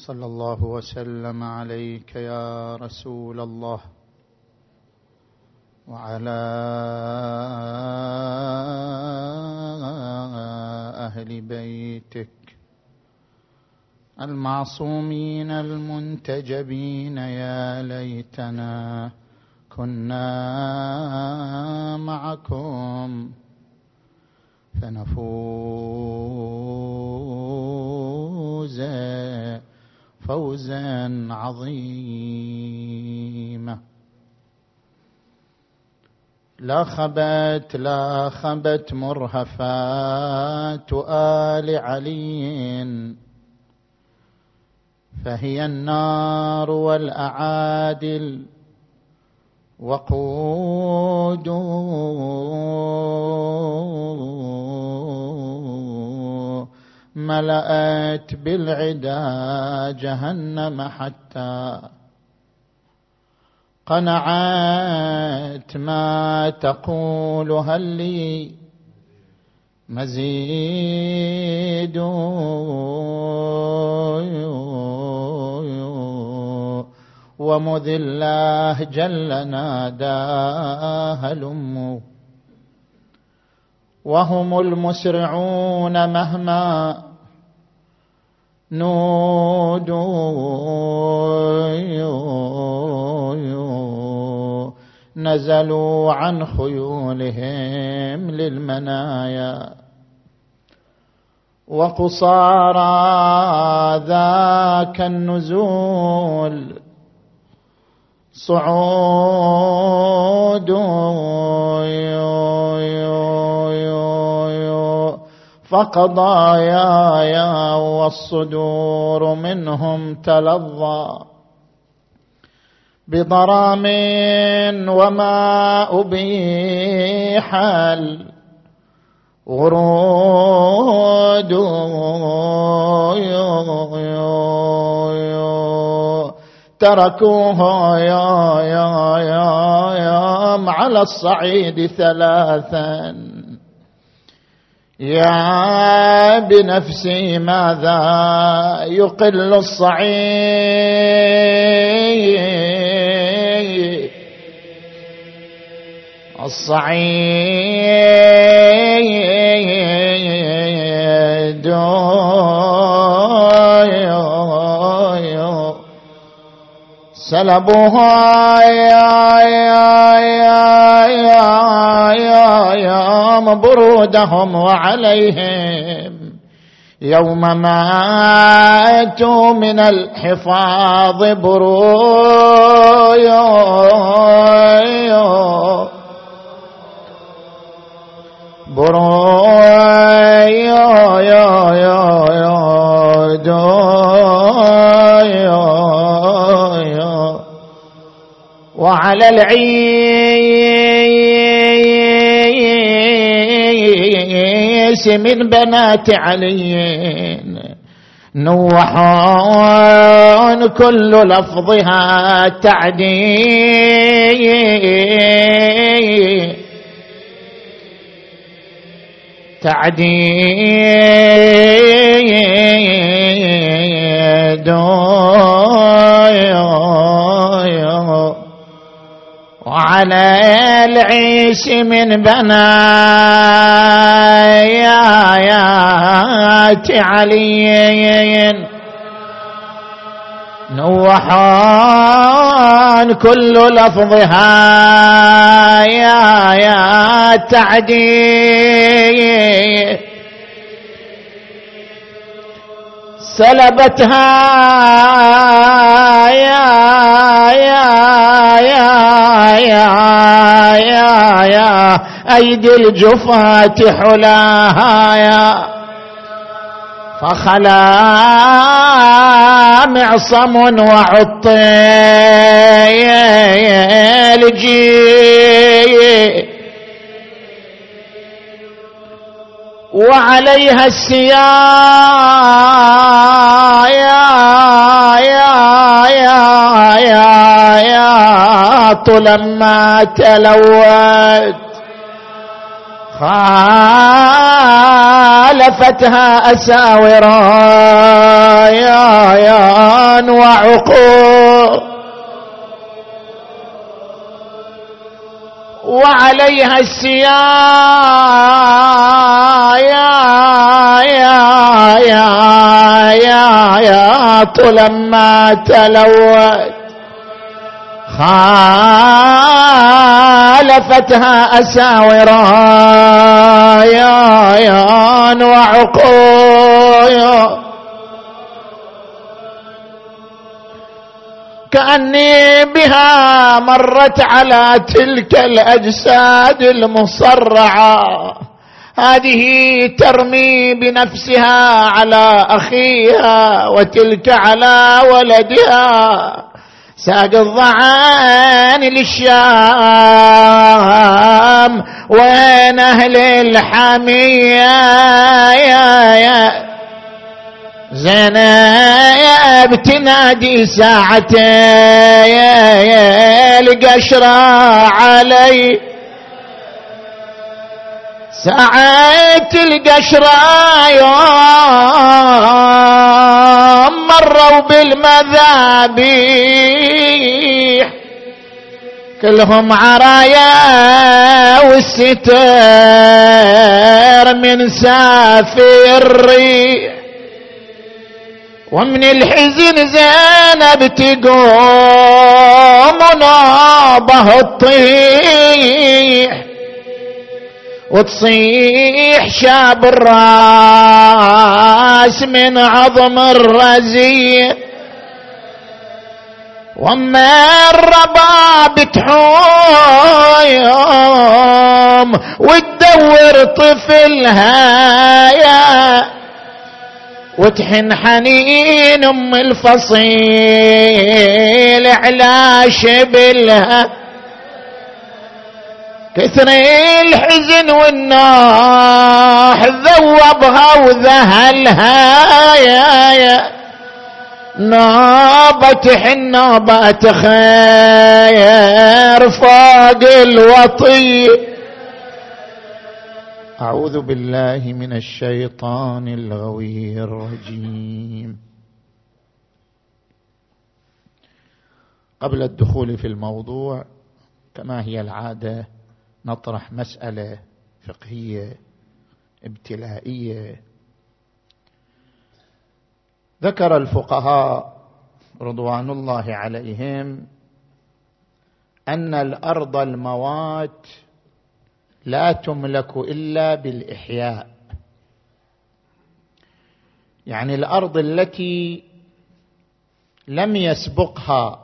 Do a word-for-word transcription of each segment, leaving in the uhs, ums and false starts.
صلى الله وسلم عليك يا رسول الله وعلى أهل بيتك المعصومين المنتجبين. يا ليتنا كنا معكم فنفوز فوزا عظيما. لا خبت لا خبت مرهفات آل علي فهي النار والأعادل وقود ملأت بالعدا جهنم حتى قنعت ما تقول هل لي مزيد ومذ الله جل ناداها الأم وهم المسرعون مهما نودوا نزلوا عن خيولهم للمنايا وقصارى ذاك النزول صعود فقضايا والصدور منهم تلظى بضرام وما أبيح الورود تركوه يا يا يا يا على الصعيد ثلاثا يا بنفسي ماذا يقل الصعيد الصعيد سلبوها يا يا يا يا يا برودهم وعليهم يوم ماتوا من الحفاظ برود برود يا يا يا وعلى العيس من بنات علي نوحون كل لفظها تعدي تعديد وعلى العيش من بنات علي نوحان كل لفظها يا يا تعدي سلبتها يا يا يا يا يا يا أيدي الجفاة حلاها يا فخلا معصم وعطيل جي وعليها السياء يا يا يا يا يا لما تلوت خالفتها أساورا يا يا وعقول وعليها السياء يا يا يا يا يا طلما تلوت خالفتها أساورا يا يا وعقول كأني بها مرت على تلك الأجساد المصرعة هذه ترمي بنفسها على أخيها وتلك على ولدها ساق الظعان للشام وين أهل الحمية يا يا زينب تنادي ساعتين القشرة علي ساعة القشرة يوم مروا بالمذابيح كلهم عرايا والستر من سافي الريح ومن الحزن زينب تقوم ونابه الطيح وتصيح شاب الراس من عظم الرزية وما الرباب تحوم وتدور طفلها يا وتحن حنين ام الفصيل على شبلها كثر الحزن والنوح ذوبها وذهلها يا يا نابت حنابات خير فوق الوطي. أعوذ بالله من الشيطان الغوي الرجيم. قبل الدخول في الموضوع كما هي العادة نطرح مسألة فقهية ابتلائية. ذكر الفقهاء رضوان الله عليهم أن الأرض الموات لا تملك إلا بالإحياء، يعني الأرض التي لم يسبقها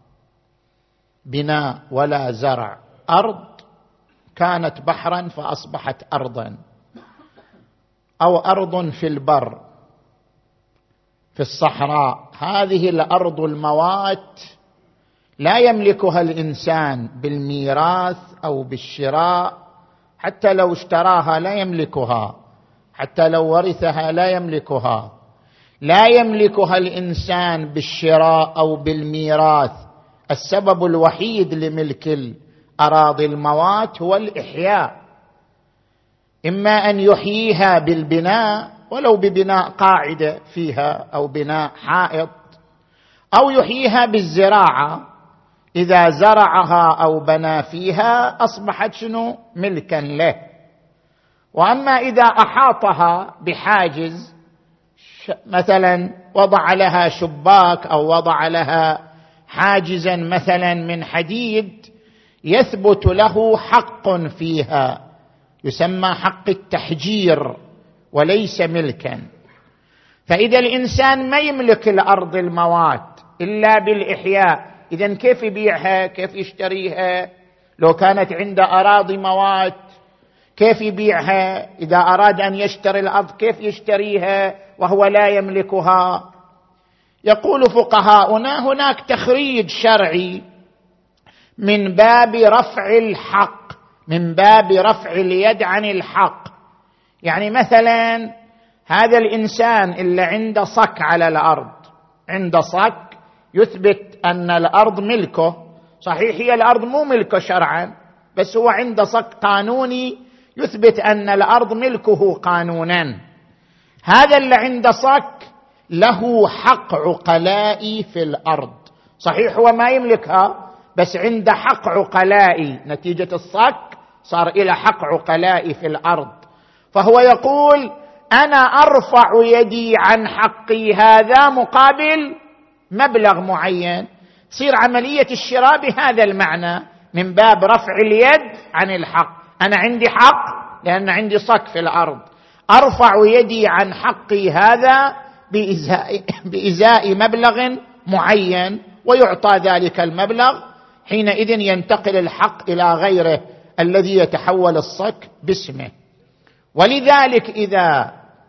بناء ولا زرع، أرض كانت بحرا فأصبحت أرضا، أو أرض في البر في الصحراء، هذه الأرض الموات لا يملكها الإنسان بالميراث أو بالشراء، حتى لو اشتراها لا يملكها، حتى لو ورثها لا يملكها، لا يملكها الإنسان بالشراء أو بالميراث. السبب الوحيد لملك الأراضي الموات هو الإحياء، إما أن يحييها بالبناء ولو ببناء قاعدة فيها أو بناء حائط، أو يحييها بالزراعة، إذا زرعها أو بنى فيها أصبحت شنو؟ ملكا له. وأما إذا أحاطها بحاجز، مثلا وضع لها شباك أو وضع لها حاجزا مثلا من حديد، يثبت له حق فيها يسمى حق التحجير وليس ملكا. فإذا الإنسان ما يملك الأرض الموات إلا بالإحياء، إذن كيف يبيعها؟ كيف يشتريها؟ لو كانت عنده أراضي موات كيف يبيعها؟ إذا أراد أن يشتري الأرض كيف يشتريها وهو لا يملكها؟ يقول فقهاؤنا هناك تخريج شرعي من باب رفع الحق، من باب رفع اليد عن الحق. يعني مثلا هذا الإنسان اللي عنده صك على الأرض، عنده صك يثبت أن الأرض ملكه، صحيح هي الأرض مو ملكه شرعا، بس هو عنده صك قانوني يثبت أن الأرض ملكه قانونا. هذا اللي عنده صك له حق عقلائي في الأرض. صحيح هو ما يملكها، بس عنده حق عقلائي نتيجة الصك، صار إلى حق عقلائي في الأرض. فهو يقول أنا أرفع يدي عن حقي هذا مقابل مبلغ معين. تصير عملية الشراء بهذا المعنى، من باب رفع اليد عن الحق. أنا عندي حق لأن عندي صك في الأرض، أرفع يدي عن حقي هذا بإزاء, بإزاء مبلغ معين، ويعطى ذلك المبلغ. حينئذ ينتقل الحق إلى غيره الذي يتحول الصك باسمه. ولذلك إذا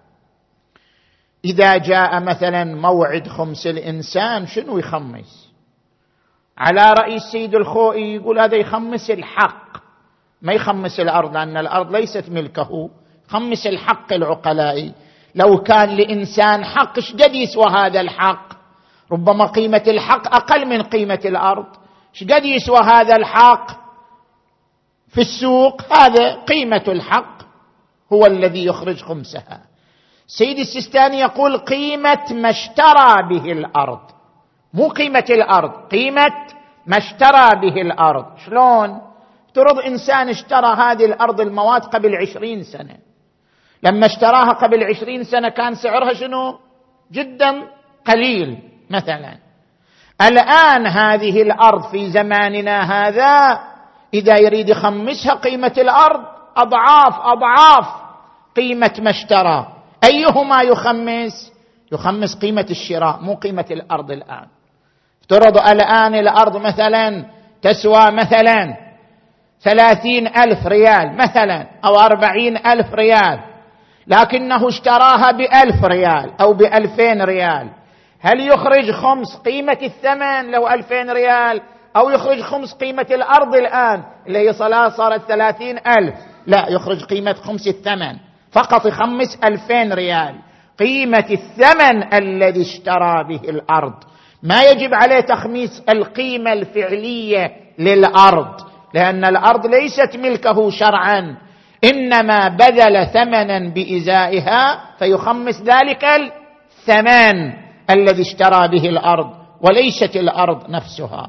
إذا جاء مثلا موعد خمس الإنسان، شنو يخمس؟ على رأي السيد الخوئي يقول هذا يخمس الحق، ما يخمس الأرض، لأن الأرض ليست ملكه، خمس الحق العقلائي. لو كان لإنسان حق شقد يسوى هذا الحق؟ ربما قيمة الحق أقل من قيمة الأرض. شقد يسوى هذا الحق في السوق؟ هذا قيمة الحق هو الذي يخرج خمسها. سيد السيستاني يقول قيمة ما اشترى به الأرض، مو قيمة الأرض، قيمة ما اشترى به الأرض. شلون؟ افترض إنسان اشترى هذه الأرض المواد قبل عشرين سنة، لما اشتراها قبل عشرين سنة كان سعرها شنو؟ جدا قليل مثلا. الآن هذه الأرض في زماننا هذا إذا يريد يخمسها قيمة الأرض أضعاف أضعاف قيمة ما اشترى. أيهما يخمس؟ يخمس قيمة الشراء مو قيمة الأرض. الآن افترض الآن الأرض مثلا تسوى مثلا ثلاثين ألف ريال مثلا أو أربعين ألف ريال، لكنه اشتراها بألف ريال أو بألفين ريال. هل يخرج خمس قيمة الثمن لو ألفين ريال، أو يخرج خمس قيمة الأرض الآن اللي هي صارت ثلاثين ألف؟ لا، يخرج قيمة خمس الثمن فقط، يخمس ألفين ريال. قيمة الثمن الذي اشترى به الأرض، ما يجب عليه تخميس القيمة الفعلية للأرض، لأن الأرض ليست ملكه شرعا، إنما بذل ثمنا بإزائها فيخمس ذلك الثمن الذي اشترى به الأرض وليست الأرض نفسها.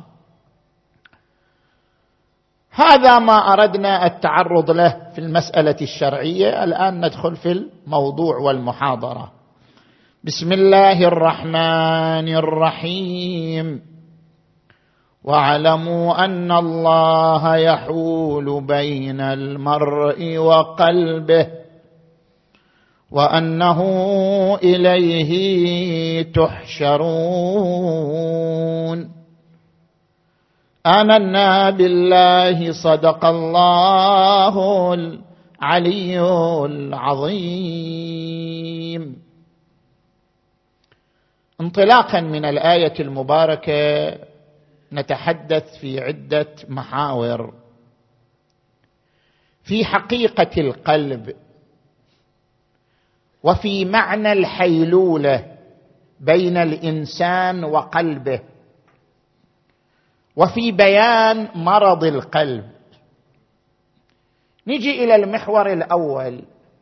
هذا ما أردنا التعرض له في المسألة الشرعية. الآن ندخل في الموضوع والمحاضرة. بسم الله الرحمن الرحيم. واعلموا أن الله يحول بين المرء وقلبه وأنه إليه تحشرون. آمنا بالله، صدق الله العلي العظيم. انطلاقا من الآية المباركة نتحدث في عدة محاور في حقيقة القلب، وفي معنى الحيلولة بين الإنسان وقلبه، وفي بيان مرض القلب. نجي إلى المحور الأول.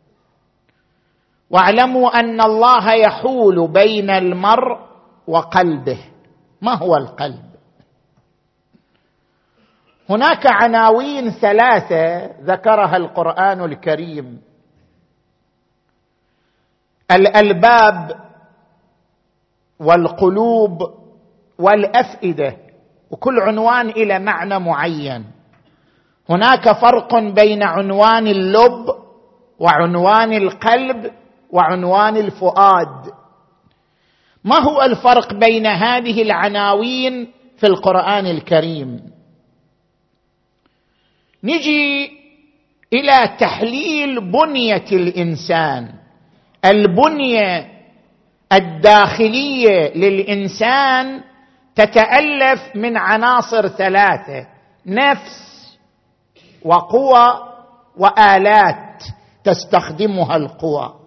واعلموا أن الله يحول بين المرء وقلبه. ما هو القلب؟ هناك عناوين ثلاثة ذكرها القرآن الكريم: الألباب والقلوب والأفئدة، وكل عنوان إلى معنى معين. هناك فرق بين عنوان اللب وعنوان القلب وعنوان الفؤاد. ما هو الفرق بين هذه العناوين في القرآن الكريم؟ نجي إلى تحليل بنية الإنسان. البنية الداخلية للإنسان تتألف من عناصر ثلاثة: نفس وقوى وآلات تستخدمها القوى.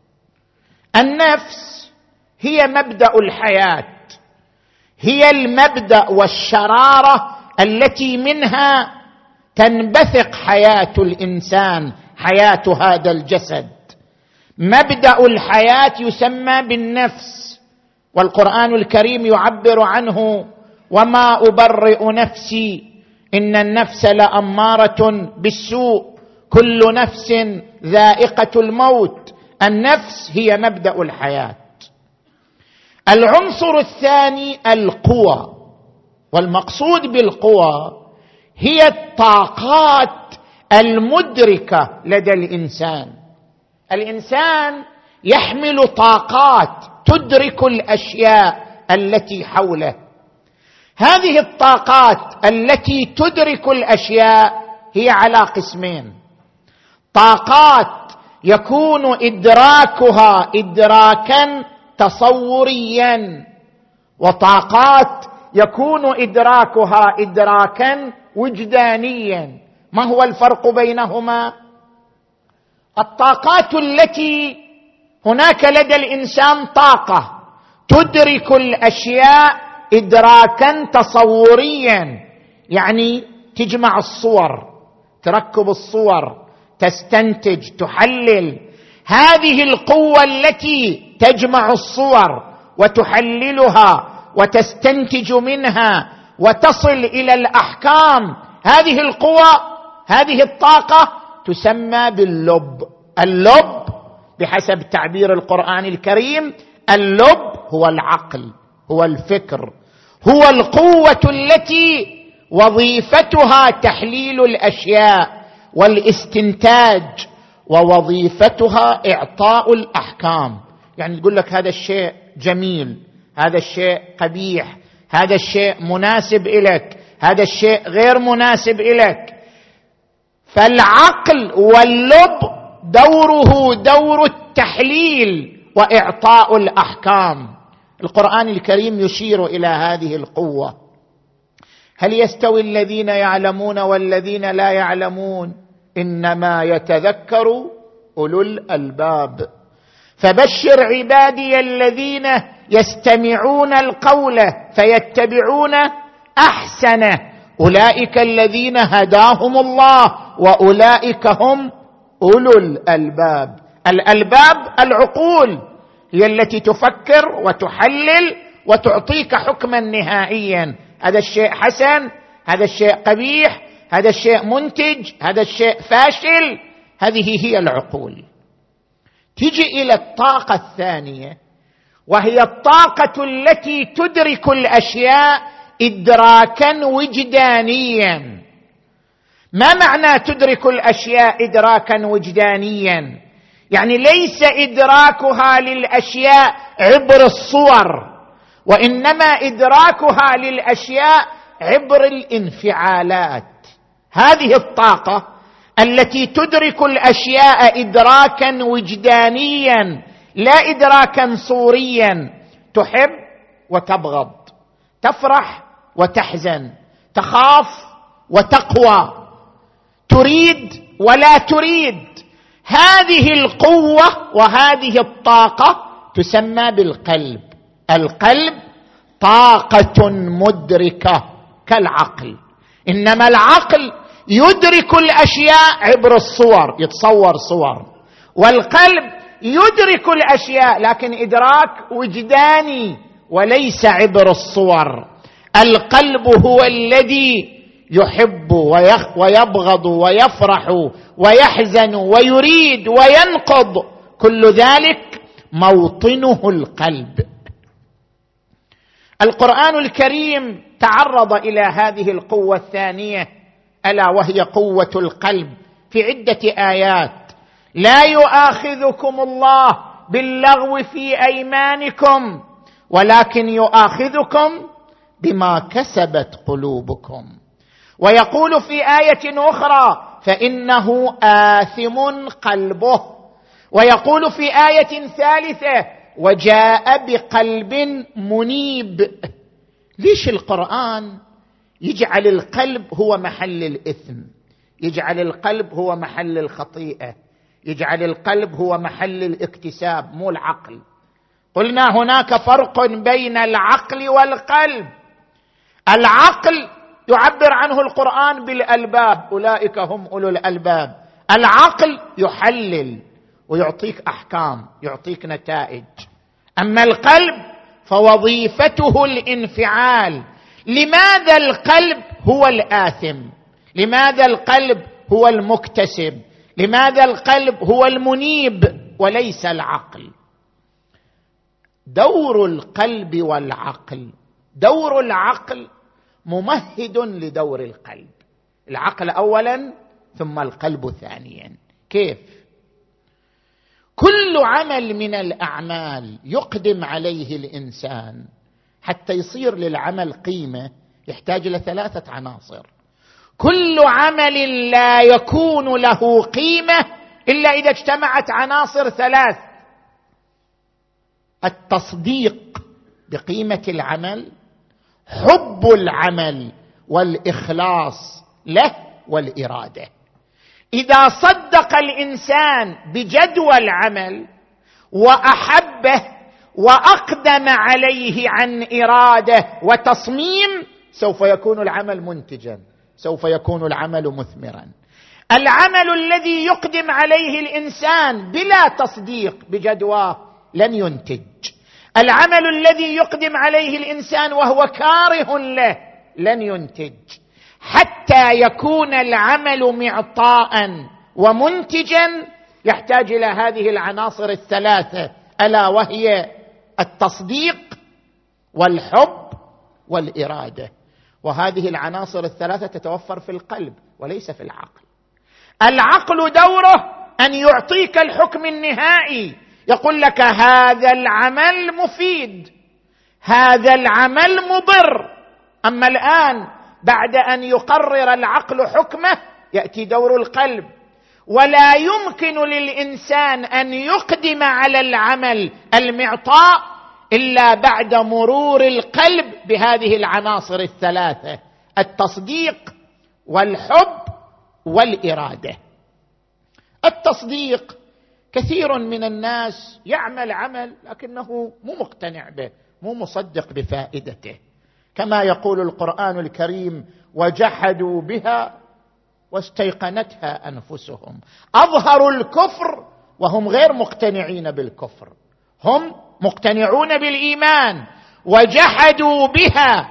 النفس هي مبدأ الحياة، هي المبدأ والشرارة التي منها تنبثق حياة الإنسان، حياة هذا الجسد. مبدأ الحياة يسمى بالنفس، والقرآن الكريم يعبر عنه: وما أبرئ نفسي إن النفس لأمارة بالسوء كل نفس ذائقة الموت. النفس هي مبدأ الحياة. العنصر الثاني القوى، والمقصود بالقوى هي الطاقات المدركة لدى الإنسان. الإنسان يحمل طاقات تدرك الأشياء التي حوله. هذه الطاقات التي تدرك الأشياء هي على قسمين: طاقات يكون إدراكها إدراكا تصوريا، وطاقات يكون إدراكها إدراكا وجدانيا. ما هو الفرق بينهما؟ الطاقات التي هناك لدى الإنسان طاقة تدرك الأشياء إدراكا تصوريا، يعني تجمع الصور، تركب الصور، تستنتج، تحلل. هذه القوة التي تجمع الصور وتحللها وتستنتج منها وتصل إلى الأحكام، هذه القوة، هذه الطاقة تسمى باللب. اللب بحسب تعبير القرآن الكريم، اللب هو العقل، هو الفكر، هو القوة التي وظيفتها تحليل الأشياء والاستنتاج، ووظيفتها إعطاء الأحكام. يعني تقول لك هذا الشيء جميل، هذا الشيء قبيح، هذا الشيء مناسب إليك، هذا الشيء غير مناسب إليك. فالعقل واللب دوره دور التحليل وإعطاء الأحكام. القرآن الكريم يشير إلى هذه القوة: هل يستوي الذين يعلمون والذين لا يعلمون؟ إنما يتذكر أولو الألباب. فبشر عبادي الذين يستمعون القول فيتبعون أحسنه أولئك الذين هداهم الله وأولئك هم أولو الألباب. الألباب العقول هي التي تفكر وتحلل وتعطيك حكما نهائيا: هذا الشيء حسن، هذا الشيء قبيح، هذا الشيء منتج، هذا الشيء فاشل. هذه هي العقول. تجي إلى الطاقة الثانية، وهي الطاقة التي تدرك الأشياء إدراكا وجدانيا. ما معنى تدرك الأشياء إدراكا وجدانيا؟ يعني ليس إدراكها للأشياء عبر الصور، وإنما إدراكها للأشياء عبر الانفعالات. هذه الطاقة التي تدرك الأشياء إدراكا وجدانيا لا إدراكا صوريا، تحب وتبغض، تفرح وتحزن، تخاف وتقوى، تريد ولا تريد. هذه القوة وهذه الطاقة تسمى بالقلب. القلب طاقة مدركة كالعقل، إنما العقل يدرك الأشياء عبر الصور، يتصور صور، والقلب يدرك الأشياء لكن إدراك وجداني وليس عبر الصور. القلب هو الذي يحب ويبغض ويفرح ويحزن ويريد وينقض، كل ذلك موطنه القلب. القرآن الكريم تعرض إلى هذه القوة الثانية ألا وهي قوة القلب في عدة آيات: لا يؤاخذكم الله باللغو في أيمانكم ولكن يؤاخذكم بما كسبت قلوبكم. ويقول في آية أخرى: فإنه آثم قلبه. ويقول في آية ثالثة: وجاء بقلب منيب. ليش القرآن يجعل القلب هو محل الإثم، يجعل القلب هو محل الخطيئة، يجعل القلب هو محل الاكتساب مو العقل؟ قلنا هناك فرق بين العقل والقلب. العقل يعبر عنه القرآن بالألباب، أولئك هم أولو الألباب. العقل يحلل ويعطيك أحكام، يعطيك نتائج. أما القلب فوظيفته الانفعال. لماذا القلب هو الآثم؟ لماذا القلب هو المكتسب؟ لماذا القلب هو المنيب وليس العقل؟ دور القلب والعقل، دور العقل ممهد لدور القلب. العقل أولا ثم القلب ثانيا. كيف؟ كل عمل من الأعمال يقدم عليه الإنسان حتى يصير للعمل قيمة يحتاج إلى ثلاثة عناصر. كل عمل لا يكون له قيمة إلا إذا اجتمعت عناصر ثلاث: التصديق بقيمة العمل، حب العمل والإخلاص له، والإرادة. إذا صدق الإنسان بجدوى العمل وأحبه وأقدم عليه عن إرادة وتصميم، سوف يكون العمل منتجا، سوف يكون العمل مثمرا. العمل الذي يقدم عليه الإنسان بلا تصديق بجدواه لن ينتج. العمل الذي يقدم عليه الإنسان وهو كاره له لن ينتج. حتى يكون العمل معطاء ومنتجا يحتاج إلى هذه العناصر الثلاثة، ألا وهي التصديق والحب والإرادة. وهذه العناصر الثلاثة تتوفر في القلب وليس في العقل. العقل دوره أن يعطيك الحكم النهائي، يقول لك هذا العمل مفيد، هذا العمل مضر. أما الآن بعد أن يقرر العقل حكمه يأتي دور القلب، ولا يمكن للإنسان أن يقدم على العمل المعطاء إلا بعد مرور القلب بهذه العناصر الثلاثة: التصديق والحب والإرادة. التصديق، كثير من الناس يعمل عمل لكنه مو مقتنع به، مو مصدق بفائدته، كما يقول القرآن الكريم: وجحدوا بها واستيقنتها أنفسهم. أظهروا الكفر وهم غير مقتنعين بالكفر، هم مقتنعون بالإيمان. وجحدوا بها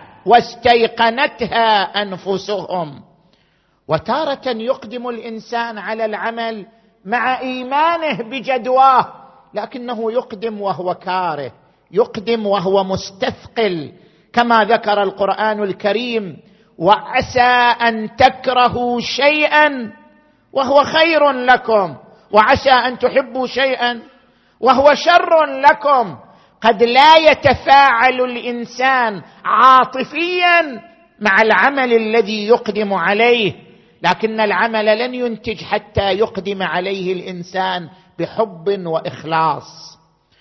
واستيقنتها أنفسهم. وتارة يقدم الإنسان على العمل مع إيمانه بجدواه، لكنه يقدم وهو كاره، يقدم وهو مستثقل، كما ذكر القرآن الكريم: وعسى أن تكرهوا شيئا وهو خير لكم، وعسى أن تحبوا شيئا وهو شر لكم. قد لا يتفاعل الإنسان عاطفيا مع العمل الذي يقدم عليه، لكن العمل لن ينتج حتى يقدم عليه الإنسان بحب وإخلاص.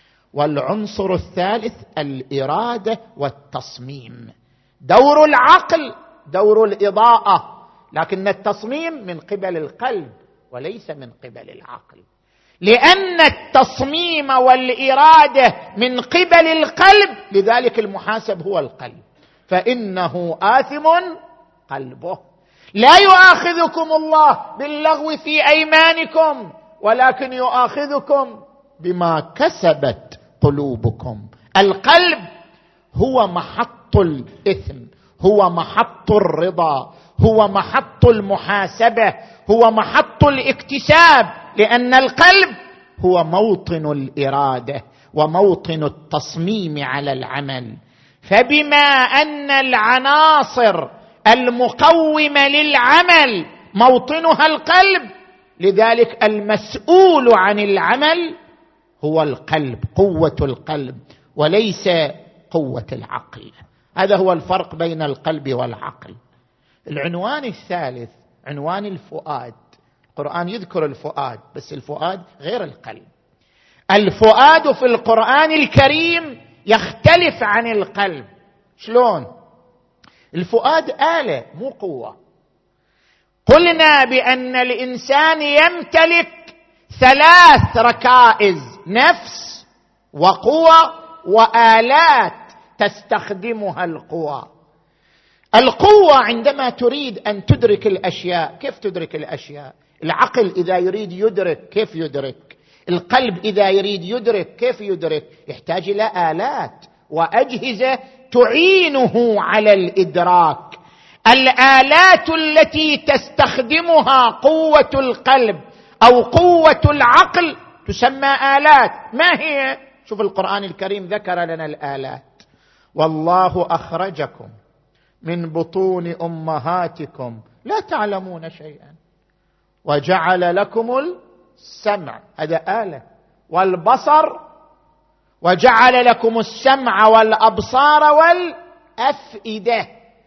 والعنصر الثالث الإرادة والتصميم. دور العقل دور الإضاءة، لكن التصميم من قبل القلب وليس من قبل العقل، لأن التصميم والإرادة من قبل القلب، لذلك المحاسب هو القلب، فإنه آثم قلبه. لا يؤاخذكم الله باللغو في أيمانكم ولكن يؤاخذكم بما كسبت قلوبكم. القلب هو محط الإثم، هو محط الرضا، هو محط المحاسبة، هو محط الاكتساب، لأن القلب هو موطن الإرادة وموطن التصميم على العمل. فبما أن العناصر المقومة للعمل موطنها القلب، لذلك المسؤول عن العمل هو القلب، قوة القلب وليس قوة العقل. هذا هو الفرق بين القلب والعقل. العنوان الثالث عنوان الفؤاد. القرآن يذكر الفؤاد، بس الفؤاد غير القلب. الفؤاد في القرآن الكريم يختلف عن القلب. شلون؟ الفؤاد آلة مو قوة. قلنا بأن الإنسان يمتلك ثلاث ركائز: نفس وقوة وآلات تستخدمها القوى. القوة عندما تريد أن تدرك الأشياء، كيف تدرك الأشياء؟ العقل إذا يريد يدرك كيف يدرك؟ القلب إذا يريد يدرك كيف يدرك؟ يحتاج إلى آلات وأجهزة تعينه على الإدراك. الآلات التي تستخدمها قوة القلب أو قوة العقل تسمى آلات. ما هي؟ شوف القرآن الكريم ذكر لنا الآلات: والله أخرجكم من بطون أمهاتكم لا تعلمون شيئا وجعل لكم السمع، هذا آلة، والبصر، وجعل لكم السمع والأبصار والأفئدة.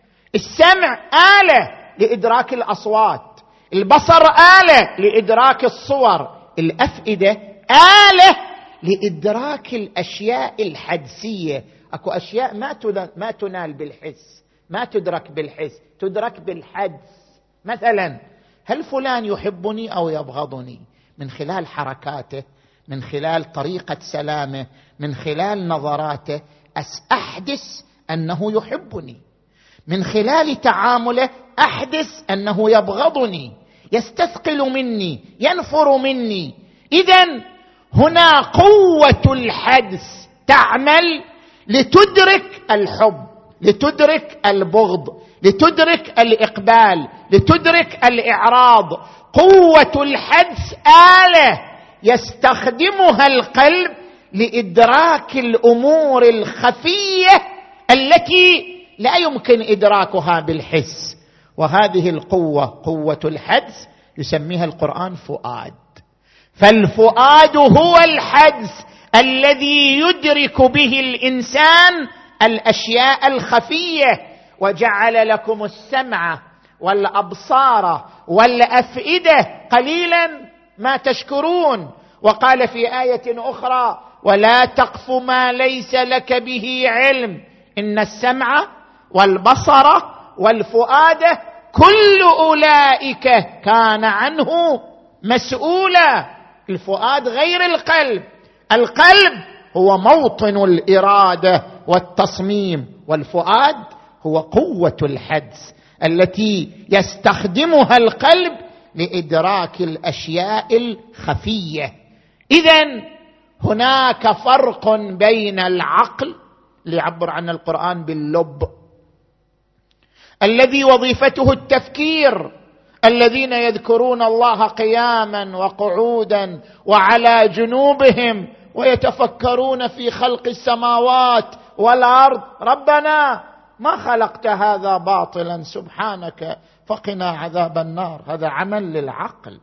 السمع آلة لإدراك الأصوات، البصر آلة لإدراك الصور، الأفئدة آلة لإدراك الأشياء الحدسية. أكو أشياء ما ما تنال بالحس، ما تدرك بالحس، تدرك بالحدس. مثلا هل فلان يحبني أو يبغضني؟ من خلال حركاته، من خلال طريقة سلامه، من خلال نظراته أحدث أنه يحبني، من خلال تعامله أحدث أنه يبغضني، يستثقل مني، ينفر مني. إذن هنا قوة الحدس تعمل لتدرك الحب، لتدرك البغض، لتدرك الإقبال، لتدرك الإعراض. قوة الحدس آلة يستخدمها القلب لإدراك الأمور الخفية التي لا يمكن إدراكها بالحس. وهذه القوة، قوة الحدس، يسميها القرآن فؤاد. فالفؤاد هو الحدس الذي يدرك به الإنسان الأشياء الخفية. وجعل لكم السمع والأبصار والأفئدة قليلا ما تشكرون. وقال في آية أخرى: ولا تقف ما ليس لك به علم إن السمع والبصر والفؤاد كل أولئك كان عنه مسؤولا. الفؤاد غير القلب، القلب هو موطن الإرادة والتصميم، والفؤاد هو قوة الحدس التي يستخدمها القلب لإدراك الأشياء الخفية. إذن هناك فرق بين العقل اللي يعبر عنه القرآن باللب، الذي وظيفته التفكير، الذين يذكرون الله قياما وقعودا وعلى جنوبهم ويتفكرون في خلق السماوات والأرض، ربنا ما خلقت هذا باطلا سبحانك فقنا عذاب النار. هذا عمل للعقل.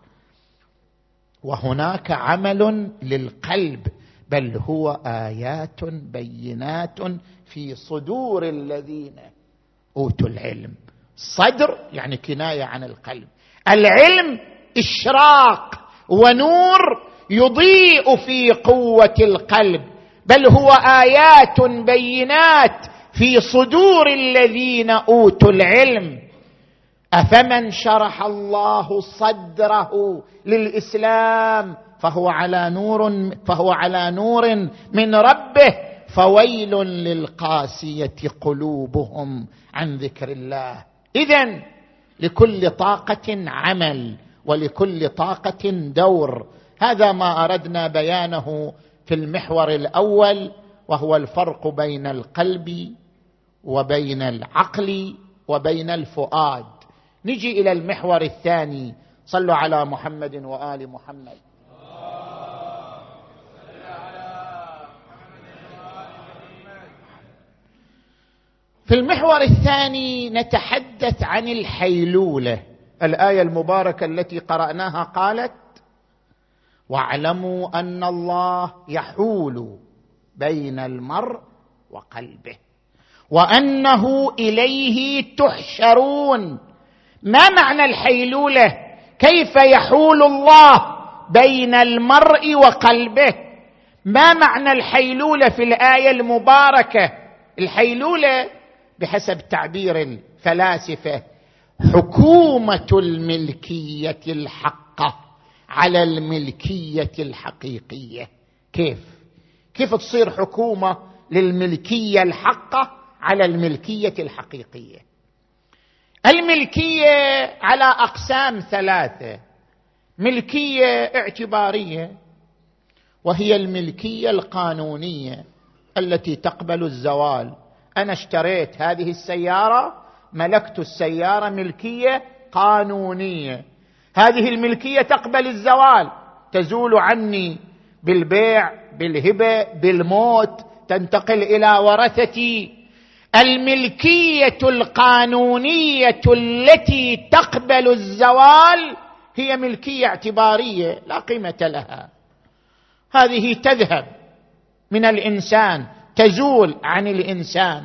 وهناك عمل للقلب، بل هو آيات بينات في صدور الذين أوتوا العلم. صدر يعني كناية عن القلب. العلم إشراق ونور يضيء في قوة القلب، بل هو آيات بينات في صدور الذين أوتوا العلم. أفمن شرح الله صدره للإسلام فهو على نور فهو على نور من ربه فويل للقاسية قلوبهم عن ذكر الله. إذن لكل طاقة عمل ولكل طاقة دور. هذا ما أردنا بيانه في المحور الأول، وهو الفرق بين القلب وبين العقل وبين الفؤاد. نجي إلى المحور الثاني. صلوا على محمد وآل محمد. في المحور الثاني نتحدث عن الحيلولة. الآية المباركة التي قرأناها قالت: واعلموا أن الله يحول بين المرء وقلبه وأنه إليه تحشرون. ما معنى الحيلولة؟ كيف يحول الله بين المرء وقلبه؟ ما معنى الحيلولة في الآية المباركة؟ الحيلولة بحسب تعبير الفلاسفة حكومة الملكية الحقة على الملكية الحقيقية. كيف؟ كيف تصير حكومة للملكية الحقة على الملكية الحقيقية؟ الملكية على أقسام ثلاثة: ملكية اعتبارية، وهي الملكية القانونية، التي تقبل الزوال. أنا اشتريت هذه السيارة، ملكت السيارة ملكية قانونية، هذه الملكية تقبل الزوال، تزول عني بالبيع، بالهبة، بالموت، تنتقل إلى ورثتي. الملكية القانونية التي تقبل الزوال هي ملكية اعتبارية لا قيمة لها، هذه تذهب من الإنسان، تزول عن الإنسان.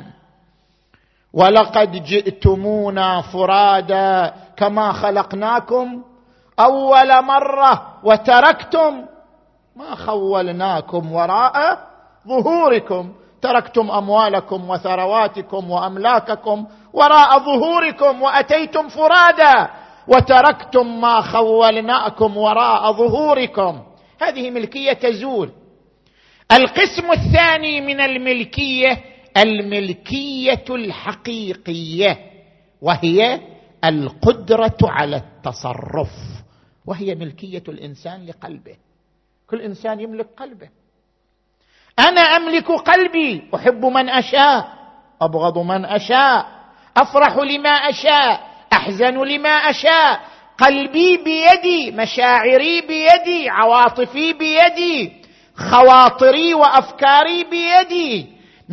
ولقد جئتمونا فرادا كما خلقناكم أول مرة وتركتم ما خولناكم وراء ظهوركم، تركتم أموالكم وثرواتكم وأملاككم وراء ظهوركم وأتيتم فرادا وتركتم ما خولناكم وراء ظهوركم. هذه ملكية تزول. القسم الثاني من الملكية الملكية الحقيقية، وهي القدرة على التصرف، وهي ملكية الإنسان لقلبه. كل إنسان يملك قلبه. أنا أملك قلبي، أحب من أشاء، أبغض من أشاء، أفرح لما أشاء، أحزن لما أشاء. قلبي بيدي، مشاعري بيدي، عواطفي بيدي، خواطري وأفكاري بيدي.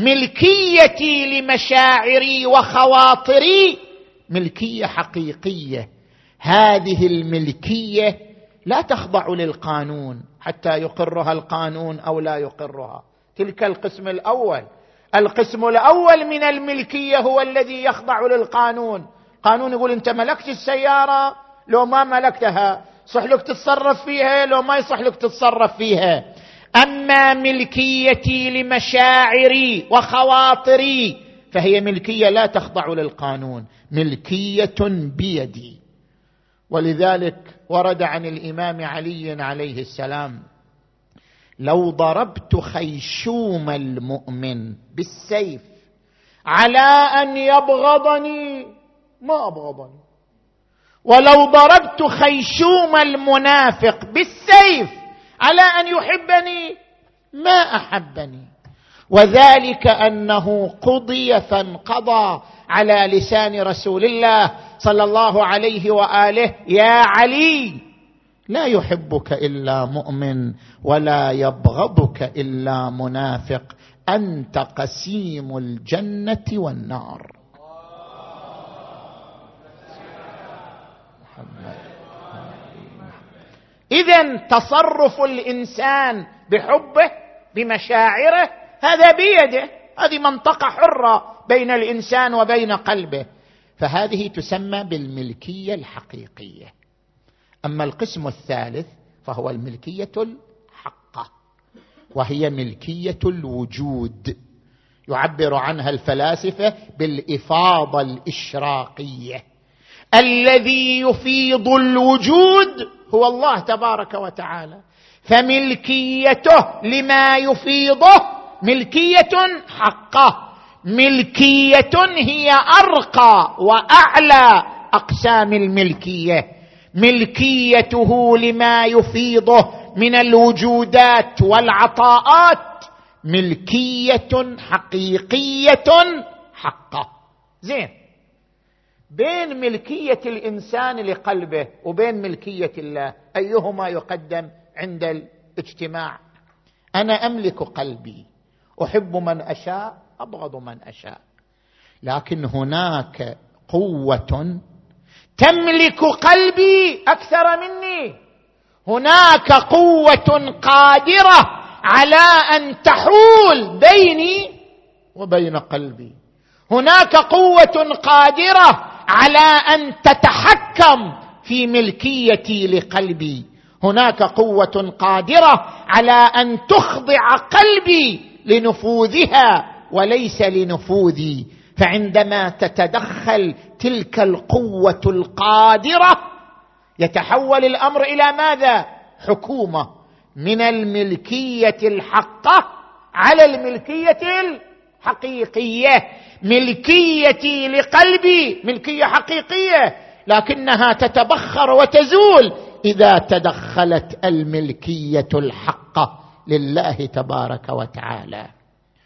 ملكيتي لمشاعري وخواطري ملكية حقيقية. هذه الملكية لا تخضع للقانون حتى يقرها القانون أو لا يقرها. تلك القسم الأول. القسم الأول من الملكية هو الذي يخضع للقانون. قانون يقول أنت ملكت السيارة، لو ما ملكتها صح لك تتصرف فيها، لو ما يصح لك تتصرف فيها. أما ملكيتي لمشاعري وخواطري فهي ملكية لا تخضع للقانون، ملكية بيدي. ولذلك ورد عن الإمام علي عليه السلام: لو ضربت خيشوم المؤمن بالسيف على أن يبغضني ما أبغضني، ولو ضربت خيشوم المنافق بالسيف على أن يحبني ما أحبني. وذلك أنه قضي فانقضى على لسان رسول الله صلى الله عليه وآله: يا علي لا يحبك إلا مؤمن ولا يبغضك إلا منافق، أنت قسيم الجنة والنار. إذن تصرف الإنسان بحبه بمشاعره هذا بيده، هذه منطقة حرة بين الإنسان وبين قلبه، فهذه تسمى بالملكية الحقيقية. أما القسم الثالث فهو الملكية الحقة، وهي ملكية الوجود، يعبر عنها الفلاسفة بالإفاضة الإشراقية. الذي يفيض الوجود هو الله تبارك وتعالى، فملكيته لما يفيضه ملكية حقة، ملكية هي أرقى وأعلى أقسام الملكية. ملكيته لما يفيضه من الوجودات والعطاءات ملكية حقيقية حقة. زين، بين ملكية الإنسان لقلبه وبين ملكية الله أيهما يقدم عند الاجتماع؟ أنا أملك قلبي، أحب من أشاء، أبغض من أشاء، لكن هناك قوة تملك قلبي أكثر مني، هناك قوة قادرة على أن تحول بيني وبين قلبي، هناك قوة قادرة على أن تتحكم في ملكيتي لقلبي، هناك قوة قادرة على أن تخضع قلبي لنفوذها وليس لنفوذي. فعندما تتدخل تلك القوة القادرة يتحول الأمر إلى ماذا؟ حكومة، من الملكية الحقة على الملكية الحقيقية. ملكيتي لقلبي ملكية حقيقية، لكنها تتبخر وتزول إذا تدخلت الملكية الحقة لله تبارك وتعالى.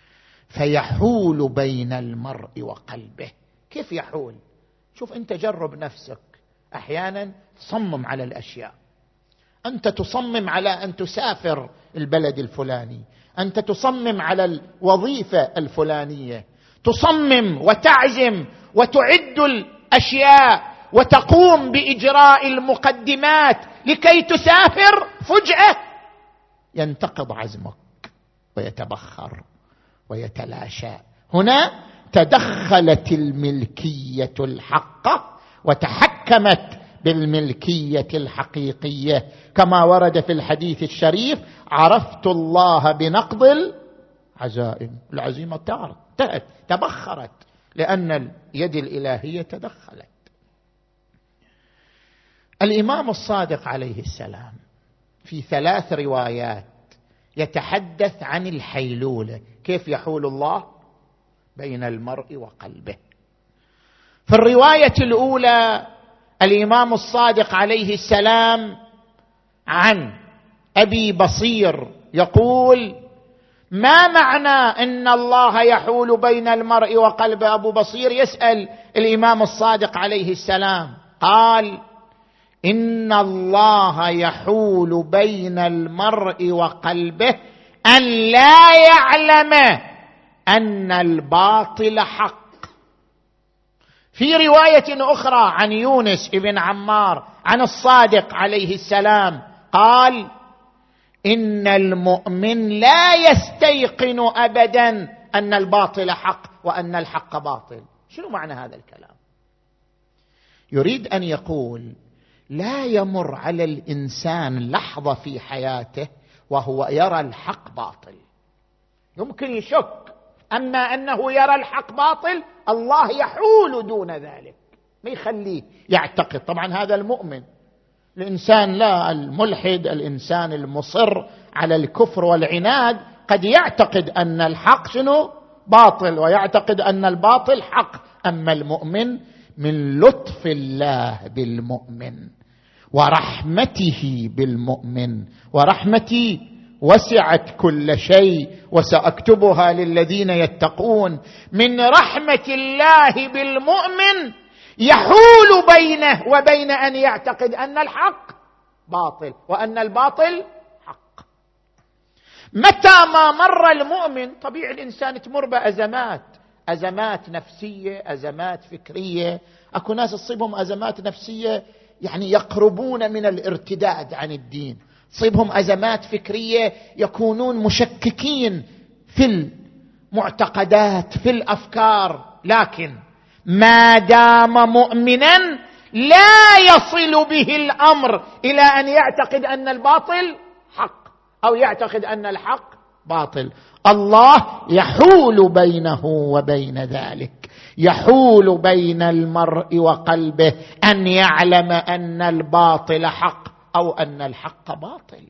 فيحول بين المرء وقلبه. كيف يحول؟ شوف أنت جرب نفسك، أحيانا تصمم على الأشياء، أنت تصمم على أن تسافر البلد الفلاني، أنت تصمم على الوظيفة الفلانية، تصمم وتعزم وتعد الأشياء وتقوم بإجراء المقدمات لكي تسافر. فجأة ينتقض عزمك ويتبخر ويتلاشى. هنا تدخلت الملكية الحقة وتحكمت بالملكية الحقيقية، كما ورد في الحديث الشريف: عرفت الله بنقض العزائم. العزيمة انتهت، تبخرت، لأن اليد الإلهية تدخلت. الإمام الصادق عليه السلام في ثلاث روايات يتحدث عن الحيلولة، كيف يحول الله بين المرء وقلبه. في الرواية الأولى الإمام الصادق عليه السلام عن أبي بصير يقول: ما معنى إن الله يحول بين المرء وقلبه؟ أبو بصير يسأل الإمام الصادق عليه السلام، قال: إن الله يحول بين المرء وقلبه أن لا يعلم أن الباطل حق. في رواية أخرى عن يونس بن عمار عن الصادق عليه السلام قال: إن المؤمن لا يستيقن أبدا أن الباطل حق وأن الحق باطل. شنو معنى هذا الكلام؟ يريد أن يقول لا يمر على الإنسان لحظة في حياته وهو يرى الحق باطل. يمكن يشك، أما أنه يرى الحق باطل الله يحول دون ذلك، ما يخليه يعتقد. طبعا هذا المؤمن. الإنسان لا، الملحد، الإنسان المصر على الكفر والعناد قد يعتقد أن الحق شنو؟ باطل، ويعتقد أن الباطل حق. أما المؤمن من لطف الله بالمؤمن ورحمته بالمؤمن، ورحمتي وسعت كل شيء وسأكتبها للذين يتقون، من رحمة الله بالمؤمن يحول بينه وبين أن يعتقد أن الحق باطل وأن الباطل حق. متى ما مر المؤمن، طبيعي الإنسان تمر بأزمات، أزمات نفسية، أزمات فكرية. أكو ناس تصيبهم أزمات نفسية يعني يقربون من الارتداد عن الدين، تصيبهم أزمات فكرية يكونون مشككين في المعتقدات في الأفكار، لكن ما دام مؤمنا لا يصل به الأمر إلى أن يعتقد أن الباطل حق أو يعتقد أن الحق باطل. الله يحول بينه وبين ذلك، يحول بين المرء وقلبه أن يعلم أن الباطل حق أو أن الحق باطل.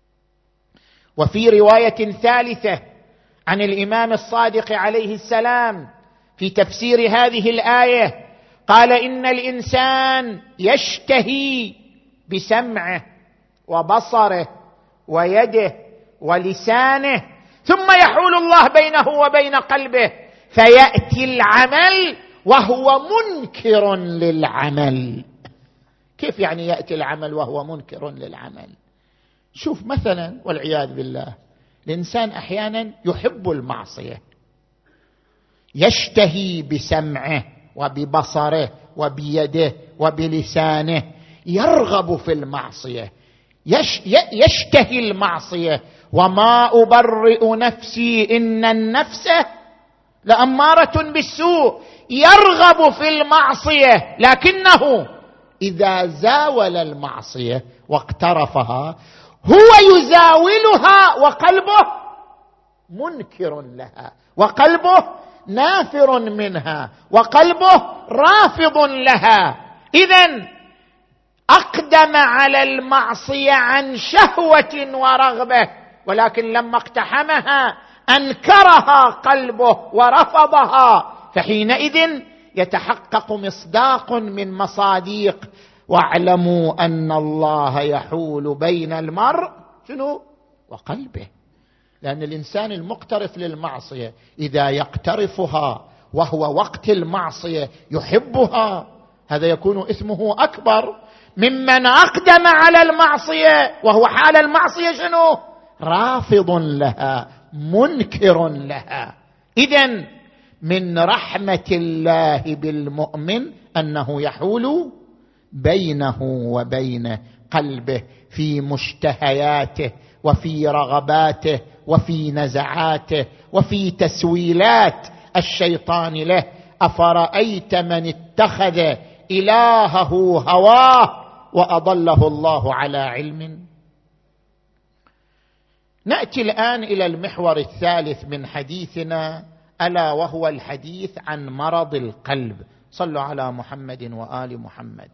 وفي رواية ثالثة عن الإمام الصادق عليه السلام في تفسير هذه الآية قال: إن الإنسان يشتهي بسمعه وبصره ويده ولسانه، ثم يحول الله بينه وبين قلبه فيأتي العمل وهو منكر للعمل. كيف يعني يأتي العمل وهو منكر للعمل؟ شوف مثلا، والعياذ بالله، الإنسان أحيانا يحب المعصية، يشتهي بسمعه وببصره وبيده وبلسانه، يرغب في المعصية، يش يشتهي المعصية. وما أبرئ نفسي إن النفس لأمارة بالسوء، يرغب في المعصية، لكنه إذا زاول المعصية واقترفها هو يزاولها وقلبه منكر لها، وقلبه نافر منها، وقلبه رافض لها. إذن أقدم على المعصية عن شهوة ورغبة، ولكن لما اقتحمها أنكرها قلبه ورفضها، فحينئذ يتحقق مصداق من مصاديق: واعلموا أن الله يحول بين المرء شنو؟ وقلبه. لأن الإنسان المقترف للمعصية إذا يقترفها وهو وقت المعصية يحبها، هذا يكون إثمه أكبر ممن أقدم على المعصية وهو حال المعصية شنو؟ رافض لها، منكر لها. إذن من رحمة الله بالمؤمن أنه يحول بينه وبين قلبه في مشتهياته وفي رغباته وفي نزعاته وفي تسويلات الشيطان له. أفرأيت من اتخذ إلهه هواه وأضله الله على علم. نأتي الآن إلى المحور الثالث من حديثنا، ألا وهو الحديث عن مرض القلب. صلوا على محمد وآل محمد.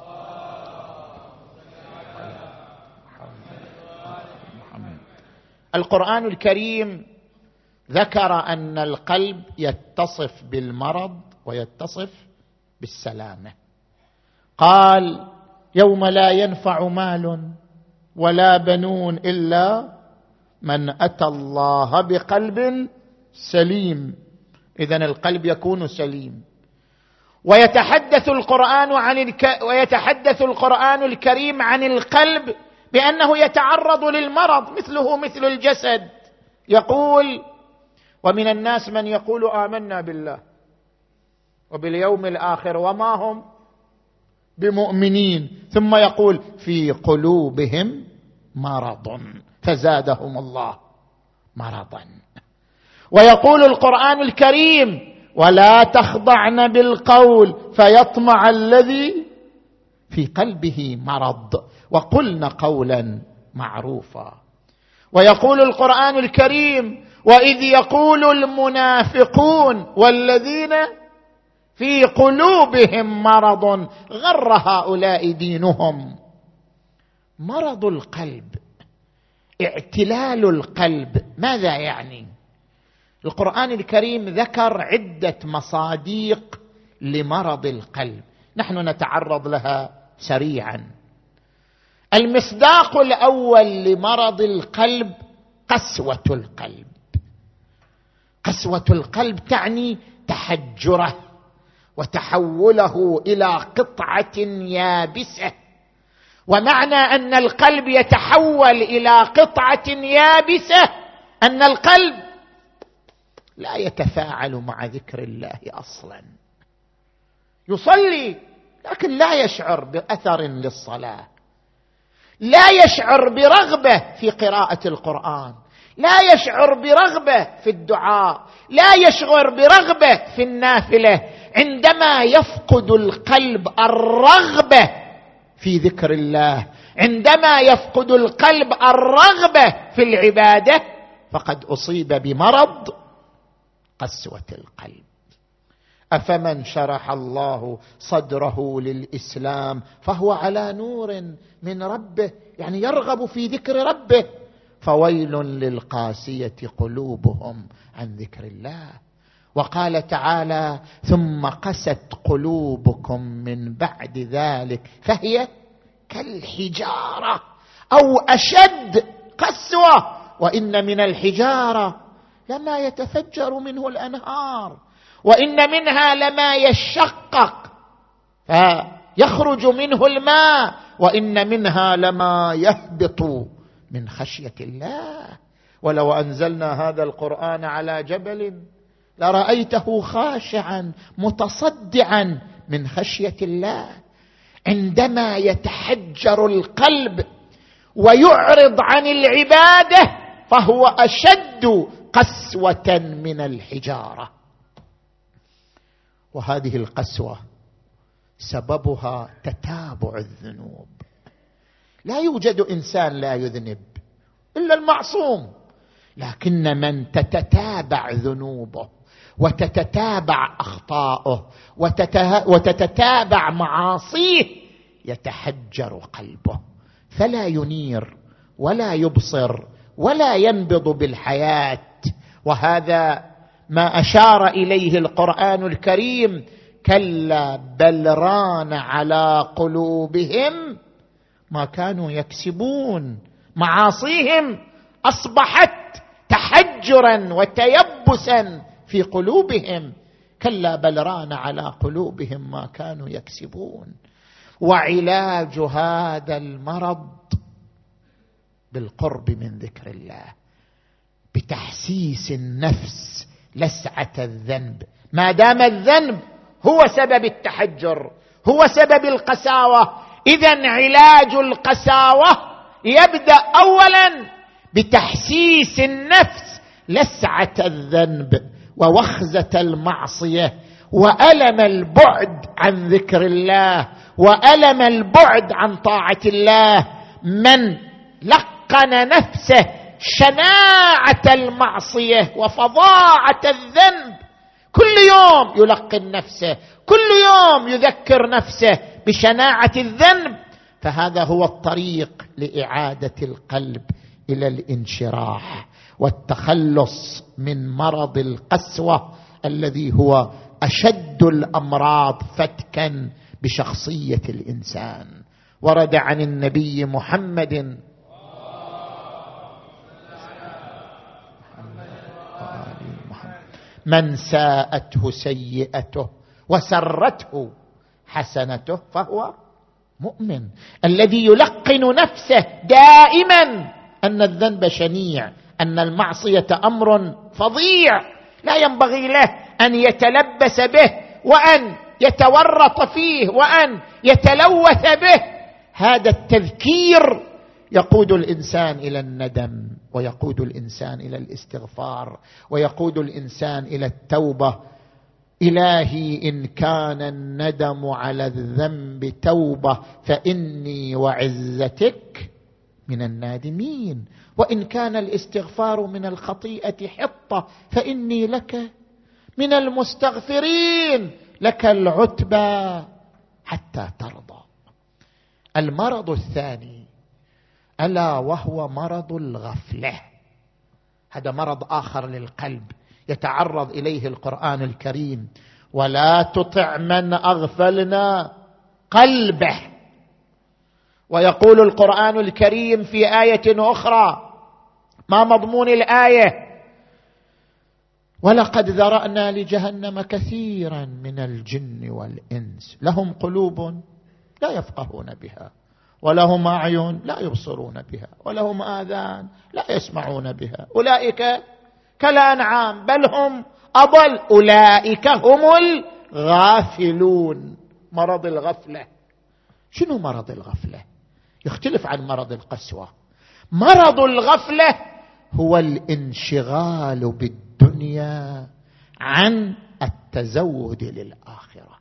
القرآن الكريم ذكر أن القلب يتصف بالمرض ويتصف بالسلامة. قال: يوم لا ينفع مال ولا بنون إلا من أتى الله بقلب سليم. إذن القلب يكون سليم. ويتحدث القرآن عن الك... ويتحدث القرآن الكريم عن القلب بأنه يتعرض للمرض مثله مثل الجسد. يقول: ومن الناس من يقول آمنا بالله وباليوم الآخر وما هم بمؤمنين، ثم يقول: في قلوبهم مرض فزادهم الله مرضا. ويقول القرآن الكريم: ولا تخضعن بالقول فيطمع الذي في قلبه مرض وقلن قولا معروفا. ويقول القرآن الكريم: وإذ يقول المنافقون والذين في قلوبهم مرض غر هؤلاء دينهم. مرض القلب، اعتلال القلب، ماذا يعني؟ القرآن الكريم ذكر عدة مصادق لمرض القلب، نحن نتعرض لها سريعا. المصداق الأول لمرض القلب قسوة القلب. قسوة القلب تعني تحجره وتحوله إلى قطعة يابسة. ومعنى أن القلب يتحول إلى قطعة يابسة أن القلب لا يتفاعل مع ذكر الله أصلا. يصلي لكن لا يشعر بأثر للصلاة، لا يشعر برغبة في قراءة القرآن، لا يشعر برغبة في الدعاء، لا يشعر برغبة في النافلة. عندما يفقد القلب الرغبة في ذكر الله، عندما يفقد القلب الرغبة في العبادة، فقد أصيب بمرض قسوة القلب. أفمن شرح الله صدره للإسلام فهو على نور من ربه، يعني يرغب في ذكر ربه، فويل للقاسية قلوبهم عن ذكر الله. وقال تعالى: ثم قست قلوبكم من بعد ذلك فهي كالحجارة أو أشد قسوة، وإن من الحجارة لما يتفجر منه الأنهار، وإن منها لما يشقق فيخرج منه الماء، وإن منها لما يهبط من خشية الله. ولو أنزلنا هذا القرآن على جبل لرأيته خاشعا متصدعا من خشية الله. عندما يتحجر القلب ويعرض عن العبادة فهو أشد قسوة من الحجارة. وهذه القسوة سببها تتابع الذنوب. لا يوجد إنسان لا يذنب إلا المعصوم، لكن من تتتابع ذنوبه وتتتابع أخطاؤه وتتتابع معاصيه يتحجر قلبه، فلا ينير ولا يبصر ولا ينبض بالحياة. وهذا ما أشار إليه القرآن الكريم: كلا بل ران على قلوبهم ما كانوا يكسبون. معاصيهم أصبحت تحدي تحجرا وتيبسا في قلوبهم. كلا بل ران على قلوبهم ما كانوا يكسبون. وعلاج هذا المرض بالقرب من ذكر الله، بتحسيس النفس لسعة الذنب. ما دام الذنب هو سبب التحجر، هو سبب القساوة، إذن علاج القساوة يبدأ أولا بتحسيس النفس لسعة الذنب ووخزة المعصية وألم البعد عن ذكر الله وألم البعد عن طاعة الله. من لقن نفسه شناعة المعصية وفظاعة الذنب كل يوم يلقن نفسه، كل يوم يذكر نفسه بشناعة الذنب، فهذا هو الطريق لإعادة القلب إلى الانشراح والتخلص من مرض القسوة الذي هو أشد الأمراض فتكا بشخصية الإنسان. ورد عن النبي محمد من ساءته سيئته وسرته حسنته فهو مؤمن. الذي يلقن نفسه دائما أن الذنب شنيع، أن المعصية أمر فظيع لا ينبغي له أن يتلبس به وأن يتورط فيه وأن يتلوث به. هذا التذكير يقود الإنسان إلى الندم، ويقود الإنسان إلى الاستغفار، ويقود الإنسان إلى التوبة. إلهي إن كان الندم على الذنب توبة فإني وعزتك من النادمين، وإن كان الاستغفار من الخطيئة حطة فإني لك من المستغفرين، لك العتبى حتى ترضى. المرض الثاني ألا وهو مرض الغفلة. هذا مرض آخر للقلب يتعرض إليه القرآن الكريم: ولا تطع من أغفلنا قلبه. ويقول القرآن الكريم في آية أخرى، ما مضمون الآية؟ ولقد ذرأنا لجهنم كثيرا من الجن والإنس لهم قلوب لا يفقهون بها ولهم أعين لا يبصرون بها ولهم آذان لا يسمعون بها أولئك كالأنعام بل هم أضل أولئك هم الغافلون. مرض الغفلة. شنو مرض الغفلة؟ يختلف عن مرض القسوة. مرض الغفلة هو الانشغال بالدنيا عن التزود للآخرة.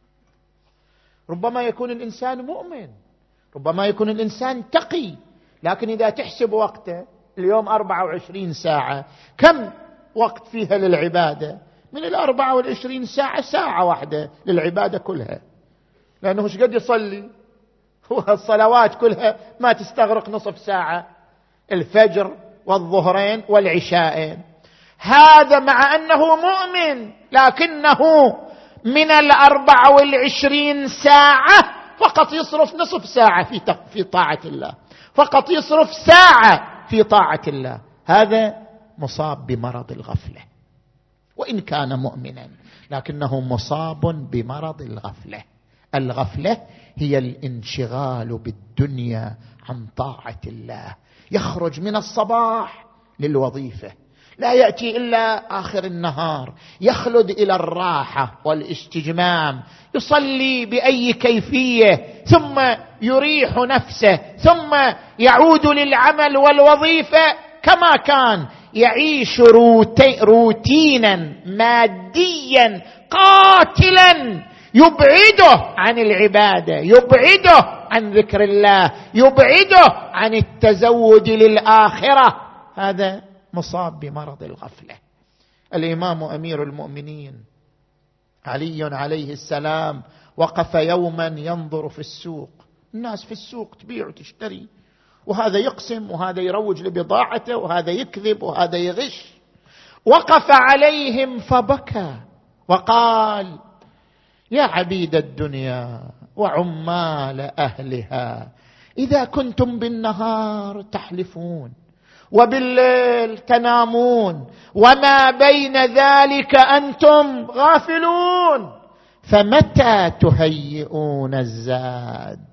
ربما يكون الإنسان مؤمن، ربما يكون الإنسان تقي، لكن إذا تحسب وقته اليوم أربعة وعشرين ساعة، كم وقت فيها للعبادة؟ من الأربعة والعشرين ساعة ساعة واحدة للعبادة كلها، لأنه مش قد يصلي. هو الصلوات كلها ما تستغرق نصف ساعة، الفجر والظهرين والعشاءين. هذا مع أنه مؤمن، لكنه من الأربعة والعشرين ساعة فقط يصرف نصف ساعة في في طاعة الله، فقط يصرف ساعة في طاعة الله. هذا مصاب بمرض الغفلة، وإن كان مؤمنا لكنه مصاب بمرض الغفلة. الغفلة هي الانشغال بالدنيا عن طاعة الله. يخرج من الصباح للوظيفة، لا يأتي إلا آخر النهار، يخلد إلى الراحة والاستجمام، يصلي بأي كيفية، ثم يريح نفسه، ثم يعود للعمل والوظيفة كما كان. يعيش روتي روتينا ماديا قاتلا يبعده عن العبادة، يبعده عن ذكر الله، يبعده عن التزود للآخرة. هذا مصاب بمرض الغفلة. الإمام أمير المؤمنين علي عليه السلام وقف يوما ينظر في السوق، الناس في السوق تبيع وتشتري، وهذا يقسم وهذا يروج لبضاعته وهذا يكذب وهذا يغش. وقف عليهم فبكى وقال: يا عبيد الدنيا وعمال أهلها، إذا كنتم بالنهار تحلفون وبالليل تنامون وما بين ذلك أنتم غافلون. فمتى تهيئون الزاد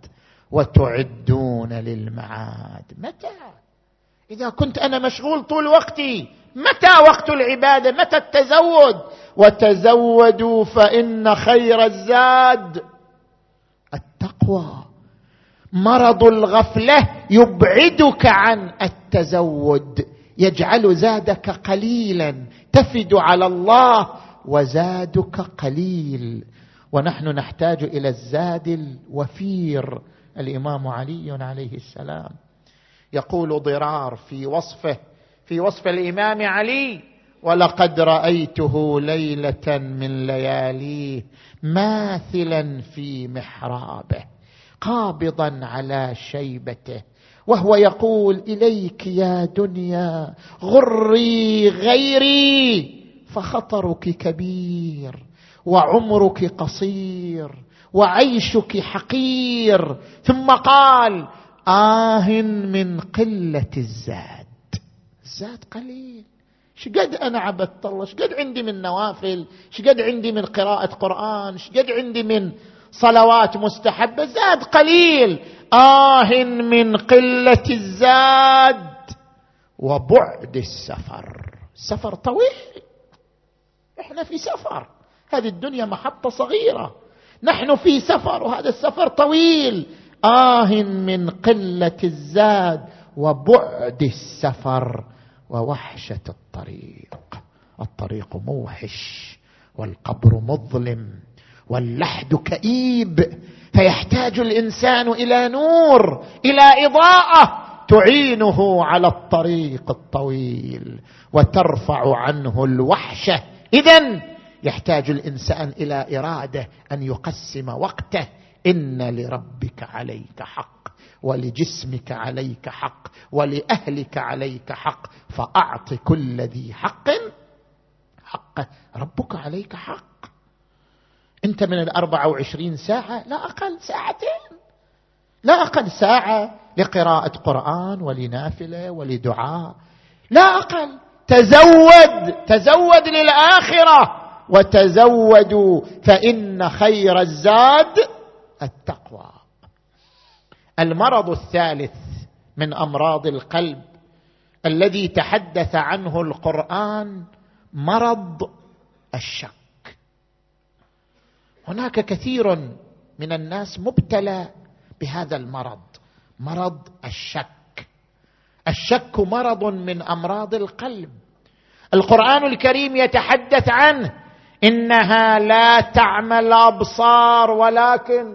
وتعدون للمعاد؟ متى؟ إذا كنت أنا مشغول طول وقتي، متى وقت العبادة؟ متى التزود؟ وتزودوا فإن خير الزاد التقوى. مرض الغفلة يبعدك عن التزود، يجعل زادك قليلا، تفد على الله وزادك قليل. ونحن نحتاج إلى الزاد الوفير. الإمام علي عليه السلام يقول ضرار في وصفه في وصف الإمام علي: ولقد رأيته ليلة من لياليه ماثلا في محرابه قابضا على شيبته وهو يقول: إليك يا دنيا غري غيري، فخطرك كبير وعمرك قصير وعيشك حقير. ثم قال: آه من قلة الزاد. الزاد قليل. شقد أنا عبدت الله، شقد عندي من نوافل، شقد عندي من قراءة قرآن، شقد عندي من صلوات مستحبة، زاد قليل. آه من قلة الزاد وبعد السفر. السفر طويل، احنا في سفر، هذه الدنيا محطة صغيرة، نحن في سفر وهذا السفر طويل. آه من قلة الزاد وبعد السفر ووحشة الطريق. الطريق موحش والقبر مظلم واللحد كئيب، فيحتاج الإنسان إلى نور، إلى إضاءة تعينه على الطريق الطويل وترفع عنه الوحشة. إذن يحتاج الإنسان إلى إرادة أن يقسم وقته. إن لربك عليك حق، ولجسمك عليك حق، ولأهلك عليك حق، فأعط كل ذي حق حقه. ربك عليك حق. أنت من الأربعة وعشرين ساعة لا أقل ساعتين، لا أقل ساعة لقراءة قرآن ولنافلة ولدعاء، لا أقل. تزود تزود للآخرة، وتزودوا فإن خير الزاد التقوى. المرض الثالث من أمراض القلب الذي تحدث عنه القرآن مرض الشك. هناك كثير من الناس مبتلى بهذا المرض، مرض الشك. الشك مرض من أمراض القلب. القرآن الكريم يتحدث عنه: إنها لا تعمى الأبصار ولكن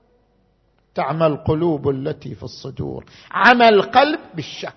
تعمى القلوب التي في الصدور. عمى القلب بالشك.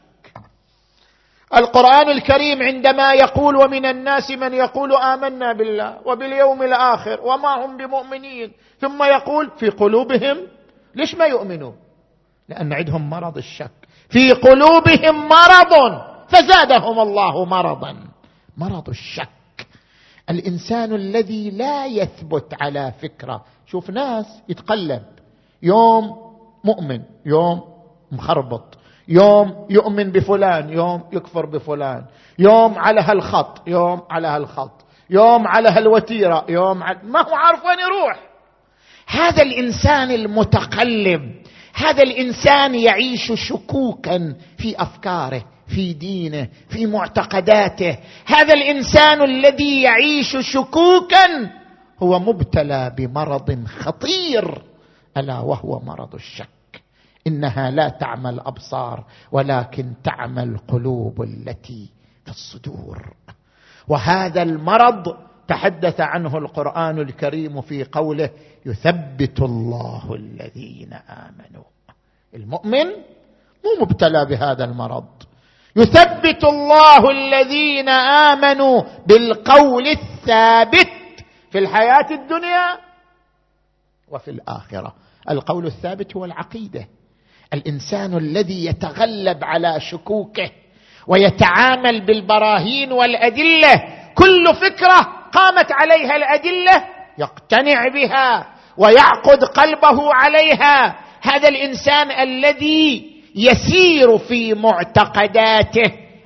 القرآن الكريم عندما يقول: ومن الناس من يقول آمنا بالله وباليوم الآخر وما هم بمؤمنين، ثم يقول في قلوبهم، ليش ما يؤمنوا؟ لأن عندهم مرض الشك، في قلوبهم مرض فزادهم الله مرضا، مرض الشك. الإنسان الذي لا يثبت على فكرة. شوف ناس يتقلب، يوم مؤمن، يوم مخربط، يوم يؤمن بفلان، يوم يكفر بفلان، يوم على هالخط، يوم على هالخط، يوم على هالوتيرة، يوم على... ما هو عارف وين يروح. هذا الإنسان المتقلب، هذا الإنسان يعيش شكوكا في أفكاره، في دينه، في معتقداته. هذا الإنسان الذي يعيش شكوكا هو مبتلى بمرض خطير، ألا وهو مرض الشك. إنها لا تعمى الأبصار ولكن تعمى القلوب التي في الصدور. وهذا المرض تحدث عنه القرآن الكريم في قوله: يثبت الله الذين آمنوا. المؤمن مو مبتلى بهذا المرض. يثبت الله الذين آمنوا بالقول الثابت في الحياة الدنيا وفي الآخرة. القول الثابت هو العقيدة. الإنسان الذي يتغلب على شكوكه ويتعامل بالبراهين والأدلة، كل فكرة قامت عليها الأدلة يقتنع بها ويعقد قلبه عليها. هذا الإنسان الذي يسير في معتقداته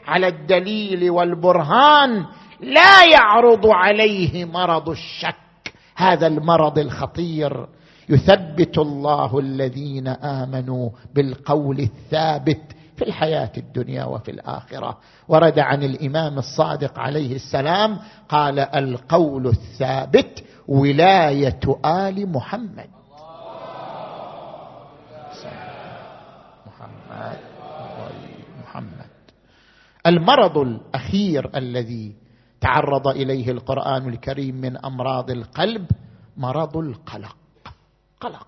على الدليل والبرهان لا يعرض عليه مرض الشك. هذا المرض الخطير. يثبت الله الذين آمنوا بالقول الثابت في الحياة الدنيا وفي الآخرة. ورد عن الإمام الصادق عليه السلام قال: القول الثابت ولاية آل محمد. محمد محمد. المرض الأخير الذي تعرض إليه القرآن الكريم من أمراض القلب مرض القلق. قلق.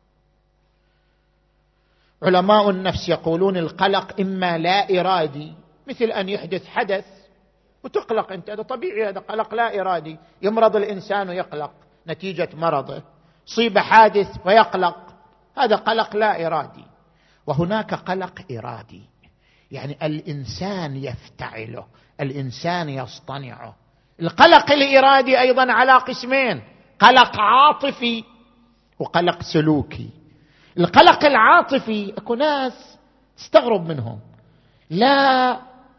علماء النفس يقولون القلق إما لا إرادي، مثل أن يحدث حدث وتقلق أنت، هذا طبيعي، هذا قلق لا إرادي. يمرض الإنسان ويقلق نتيجة مرضه، صيب حادث ويقلق، هذا قلق لا إرادي. وهناك قلق إرادي، يعني الإنسان يفتعله، الإنسان يصطنعه. القلق الإرادي أيضا على قسمين: قلق عاطفي وقلق سلوكي. القلق العاطفي اكو ناس استغرب منهم، لا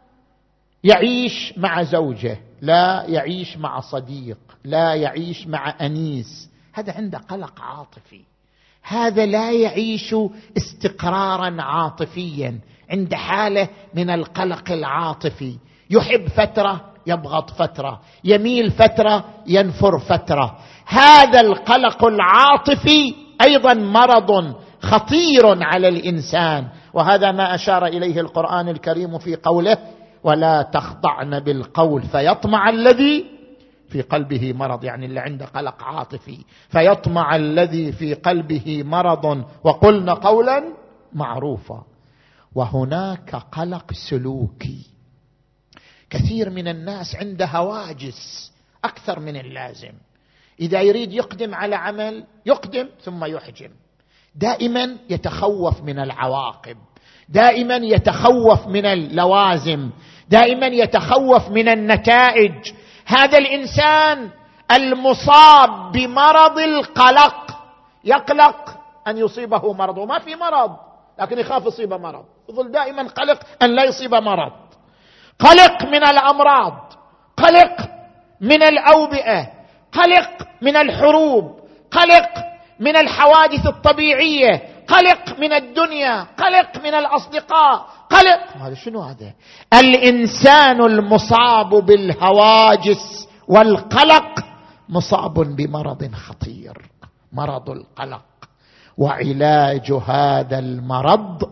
يعيش مع زوجه، لا يعيش مع صديق، لا يعيش مع أنيس، هذا عنده قلق عاطفي. هذا لا يعيش استقرارا عاطفيا، عند حالة من القلق العاطفي، يحب فترة يبغض فترة، يميل فترة ينفر فترة. هذا القلق العاطفي أيضا مرض خطير على الإنسان، وهذا ما أشار إليه القرآن الكريم في قوله: ولا تخضعن بالقول فيطمع الذي في قلبه مرض، يعني اللي عنده قلق عاطفي، فيطمع الذي في قلبه مرض وقلن قولا معروفا. وهناك قلق سلوكي. كثير من الناس عنده هواجس أكثر من اللازم، إذا يريد يقدم على عمل يقدم ثم يحجم، دائما يتخوف من العواقب، دائما يتخوف من اللوازم، دائما يتخوف من النتائج. هذا الإنسان المصاب بمرض القلق يقلق أن يصيبه مرض، وما في مرض لكن يخاف يصيب مرض، يظل دائما قلق أن لا يصيب مرض. قلق من الأمراض، قلق من الأوبئة، قلق من الحروب، قلق من الحوادث الطبيعية، قلق من الدنيا، قلق من الأصدقاء، قلق. هذا شنو هذا؟ الإنسان المصاب بالهواجس والقلق مصاب بمرض خطير، مرض القلق. وعلاج هذا المرض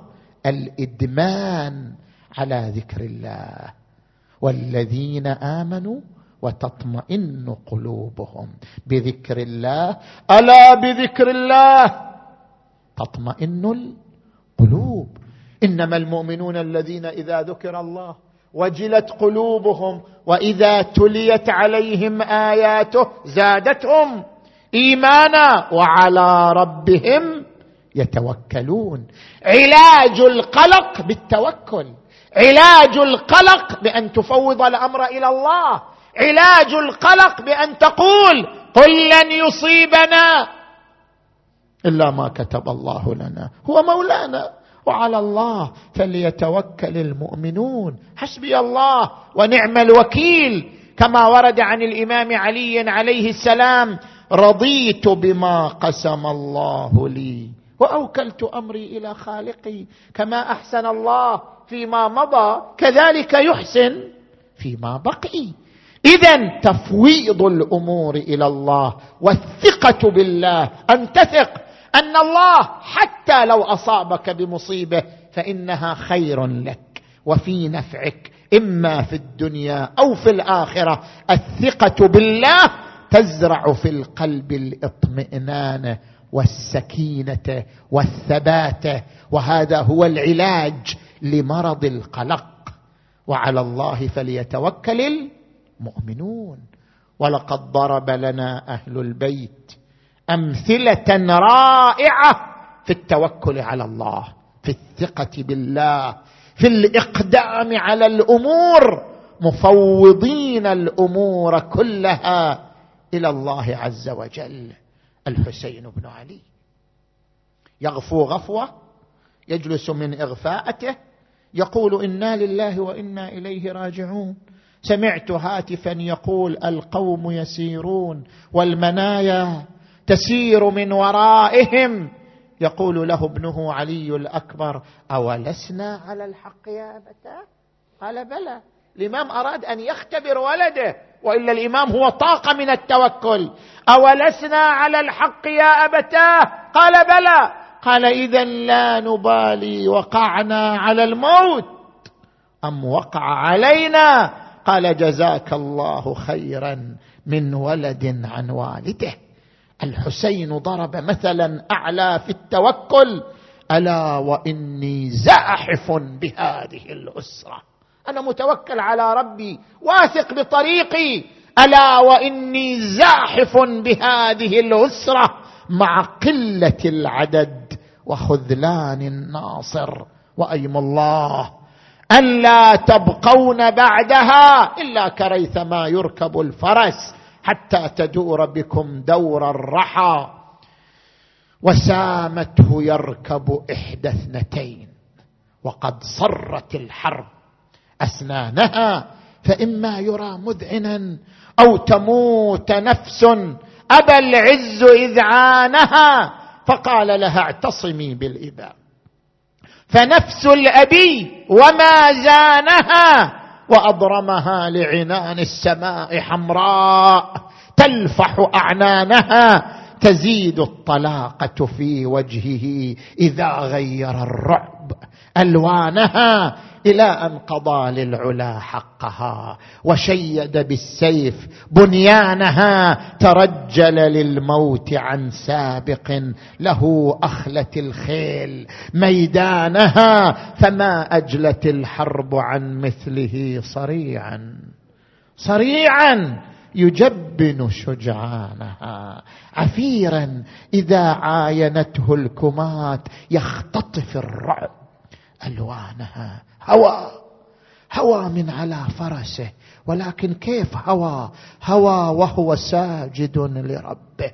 الإدمان على ذكر الله: والذين آمنوا وتطمئن قلوبهم بذكر الله، ألا بذكر الله تطمئن القلوب. إنما المؤمنون الذين إذا ذكر الله وجلت قلوبهم وإذا تليت عليهم آياته زادتهم إيمانا وعلى ربهم يتوكلون. علاج القلق بالتوكل، علاج القلق بأن تفوض الأمر إلى الله، علاج القلق بأن تقول: قل لن يصيبنا إلا ما كتب الله لنا، هو مولانا وعلى الله فليتوكل المؤمنون، حسبي الله ونعم الوكيل. كما ورد عن الإمام علي عليه السلام: رضيت بما قسم الله لي وأوكلت أمري إلى خالقي، كما أحسن الله فيما مضى كذلك يحسن فيما بقي. إذن تفويض الأمور إلى الله والثقة بالله، أن تثق أن الله حتى لو أصابك بمصيبة فإنها خير لك وفي نفعك، إما في الدنيا أو في الآخرة. الثقة بالله تزرع في القلب الاطمئنان والسكينة والثبات، وهذا هو العلاج لمرض القلق. وعلى الله فليتوكل المؤمنون. ولقد ضرب لنا أهل البيت أمثلة رائعة في التوكل على الله، في الثقة بالله، في الإقدام على الأمور، مفوضين الأمور كلها إلى الله عز وجل. الحسين بن علي يغفو غفوة، يجلس من إغفاءته يقول إنا لله وإنا إليه راجعون. سمعت هاتفا يقول القوم يسيرون والمنايا تسير من ورائهم. يقول له ابنه علي الأكبر أولسنا على الحق يا أبتاه؟ قال بلى. الإمام أراد أن يختبر ولده، وإلا الإمام هو طاقة من التوكل. أولسنا على الحق يا أبتاه؟ قال بلى. قال إذن لا نبالي وقعنا على الموت أم وقع علينا. قال جزاك الله خيرا من ولد عن والده. الحسين ضرب مثلا أعلى في التوكل. ألا وإني زاحف بهذه الأسرة، أنا متوكل على ربي واثق بطريقي. ألا وإني زاحف بهذه الأسرة مع قلة العدد وخذلان الناصر، وأيم الله أن لا تبقون بعدها إلا كريثما يركب الفرس حتى تدور بكم دور الرحى. وسامته يركب إحدى اثنتين، وقد صرت الحرب أسنانها، فإما يرى مذعنا أو تموت نفس أبى العز إذعانها. فقال لها اعتصمي بالإباء، فنفس الأبي وما زانها، وأضرمها لعنان السماء حمراء تلفح أعنانها، تزيد الطلاقة في وجهه إذا غير الرعب ألوانها، إلى أن قضى للعلا حقها وشيد بالسيف بنيانها. ترجل للموت عن سابق له أخلت الخيل ميدانها، فما أجلت الحرب عن مثله صريعا صريعا يجبن شجعانها. عفيرا إذا عاينته الكمات يختطف الرعب ألوانها. هوى هوى من على فرسه، ولكن كيف هوى؟ هوى وهو ساجد لربه.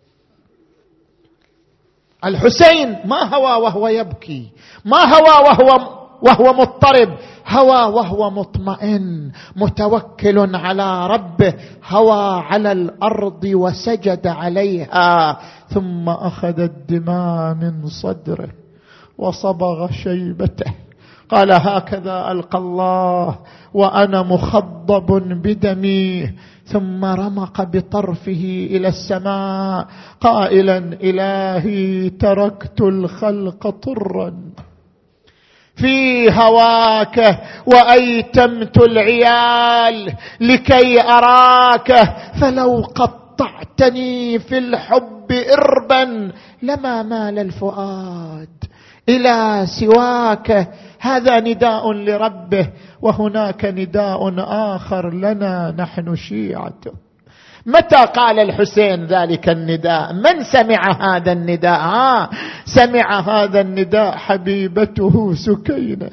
الحسين ما هوى وهو يبكي، ما هوى وهو وهو مضطرب، هوى وهو مطمئن متوكل على ربه. هوى على الأرض وسجد عليها، ثم أخذ الدماء من صدره وصبغ شيبته. قال هكذا ألقى الله وأنا مخضب بدمي، ثم رمق بطرفه إلى السماء قائلا إلهي تركت الخلق طرا في هواك وأيتمت العيال لكي أراك، فلو قطعتني في الحب إربا لما مال الفؤاد إلى سواك. هذا نداء لربه، وهناك نداء آخر لنا نحن شيعته. متى قال الحسين ذلك النداء؟ من سمع هذا النداء؟ آه سمع هذا النداء حبيبته سكينة.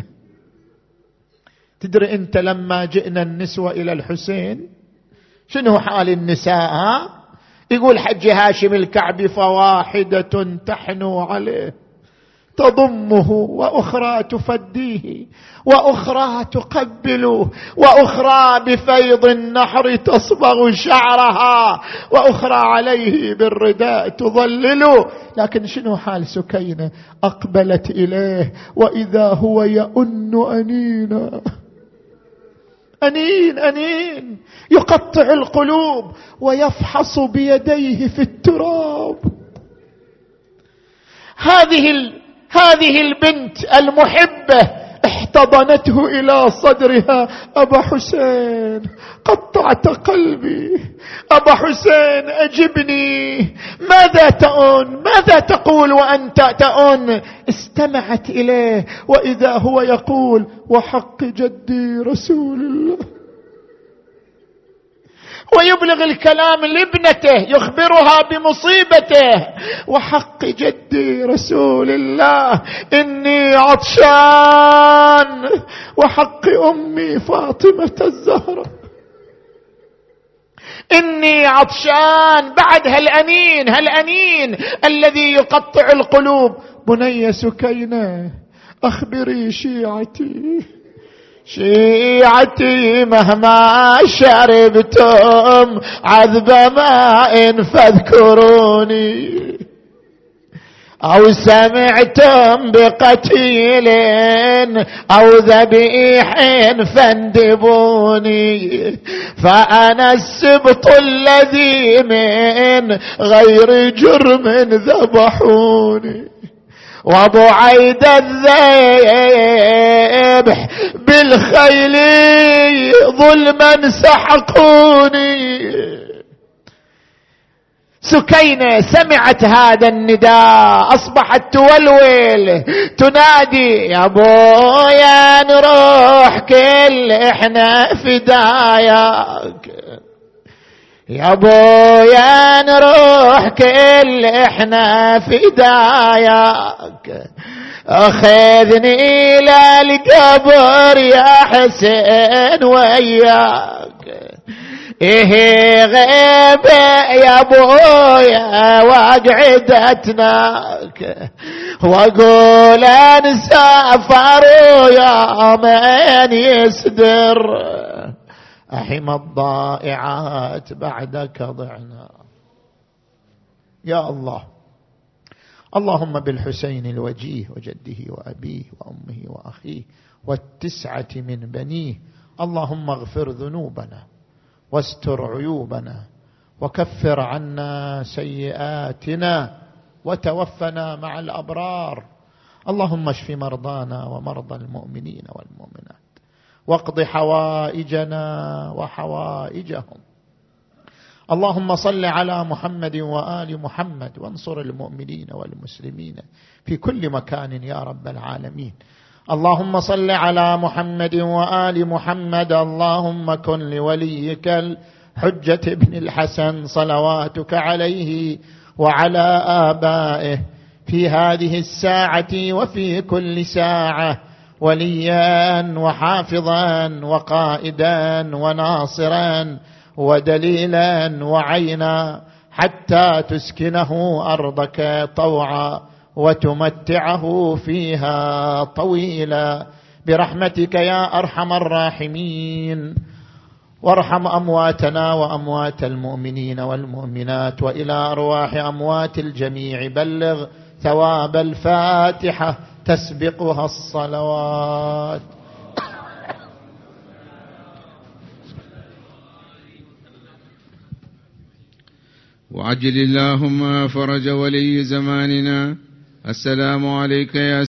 تدري أنت لما جئنا النسوة إلى الحسين شنو حال النساء؟ آه يقول حج هاشم الكعبي فواحدة تحنو عليه تضمه، وأخرى تفديه، وأخرى تقبله، وأخرى بفيض النحر تصبغ شعرها، وأخرى عليه بالرداء تظلله. لكن شنو حال سكينة؟ أقبلت إليه وإذا هو يؤن أنينا، أنين أنين يقطع القلوب ويفحص بيديه في التراب. هذه ال... هذه البنت المحبة احتضنته إلى صدرها. أبا حسين قطعت قلبي، أبا حسين أجبني، ماذا تؤن؟ ماذا تقول وأنت تؤن؟ استمعت إليه وإذا هو يقول وحق جدي رسول الله، ويبلغ الكلام لابنته يخبرها بمصيبته. وحق جدي رسول الله إني عطشان، وحق أمي فاطمة الزهرة إني عطشان. بعد هالأنين هالأنين الذي يقطع القلوب. بني سكينة أخبري شيعتي شيعتي مهما شربتم عذب ماء فاذكروني، أو سمعتم بقتيل أو ذبيح فاندبوني، فأنا السبط الذي من غير جرم ذبحوني، وبعيد الذبح بالخيل ظلما سحقوني. سكينة سمعت هذا النداء، أصبحت تولول تنادي يا بويا نروح كل إحنا فداياك، يا بويا نروح كل إحنا فداياك، أخذني للقبر يا حسين وياك، إيه غيبة يا بويا واقعدتناك، واقول انسافر يا من يسدر، أحم الضائعات بعدك ضعنا. يا الله، اللهم بالحسين الوجيه وجده وأبيه وأمه وأخيه والتسعة من بنيه، اللهم اغفر ذنوبنا واستر عيوبنا وكفر عنا سيئاتنا وتوفنا مع الأبرار. اللهم اشف مرضانا ومرضى المؤمنين والمؤمنات، واقض حوائجنا وحوائجهم. اللهم صل على محمد وآل محمد، وانصر المؤمنين والمسلمين في كل مكان يا رب العالمين. اللهم صل على محمد وآل محمد. اللهم كن لوليك الحجة ابن الحسن صلواتك عليه وعلى آبائه في هذه الساعة وفي كل ساعة وليا وحافظا وقائدا وناصرا ودليلا وعينا، حتى تسكنه أرضك طوعا وتمتعه فيها طويلا برحمتك يا أرحم الراحمين. وارحم أمواتنا وأموات المؤمنين والمؤمنات، وإلى أرواح أموات الجميع بلغ ثواب الفاتحة تسبقها الصلوات. وعجل اللهم فرج ولي زماننا. السلام عليك يا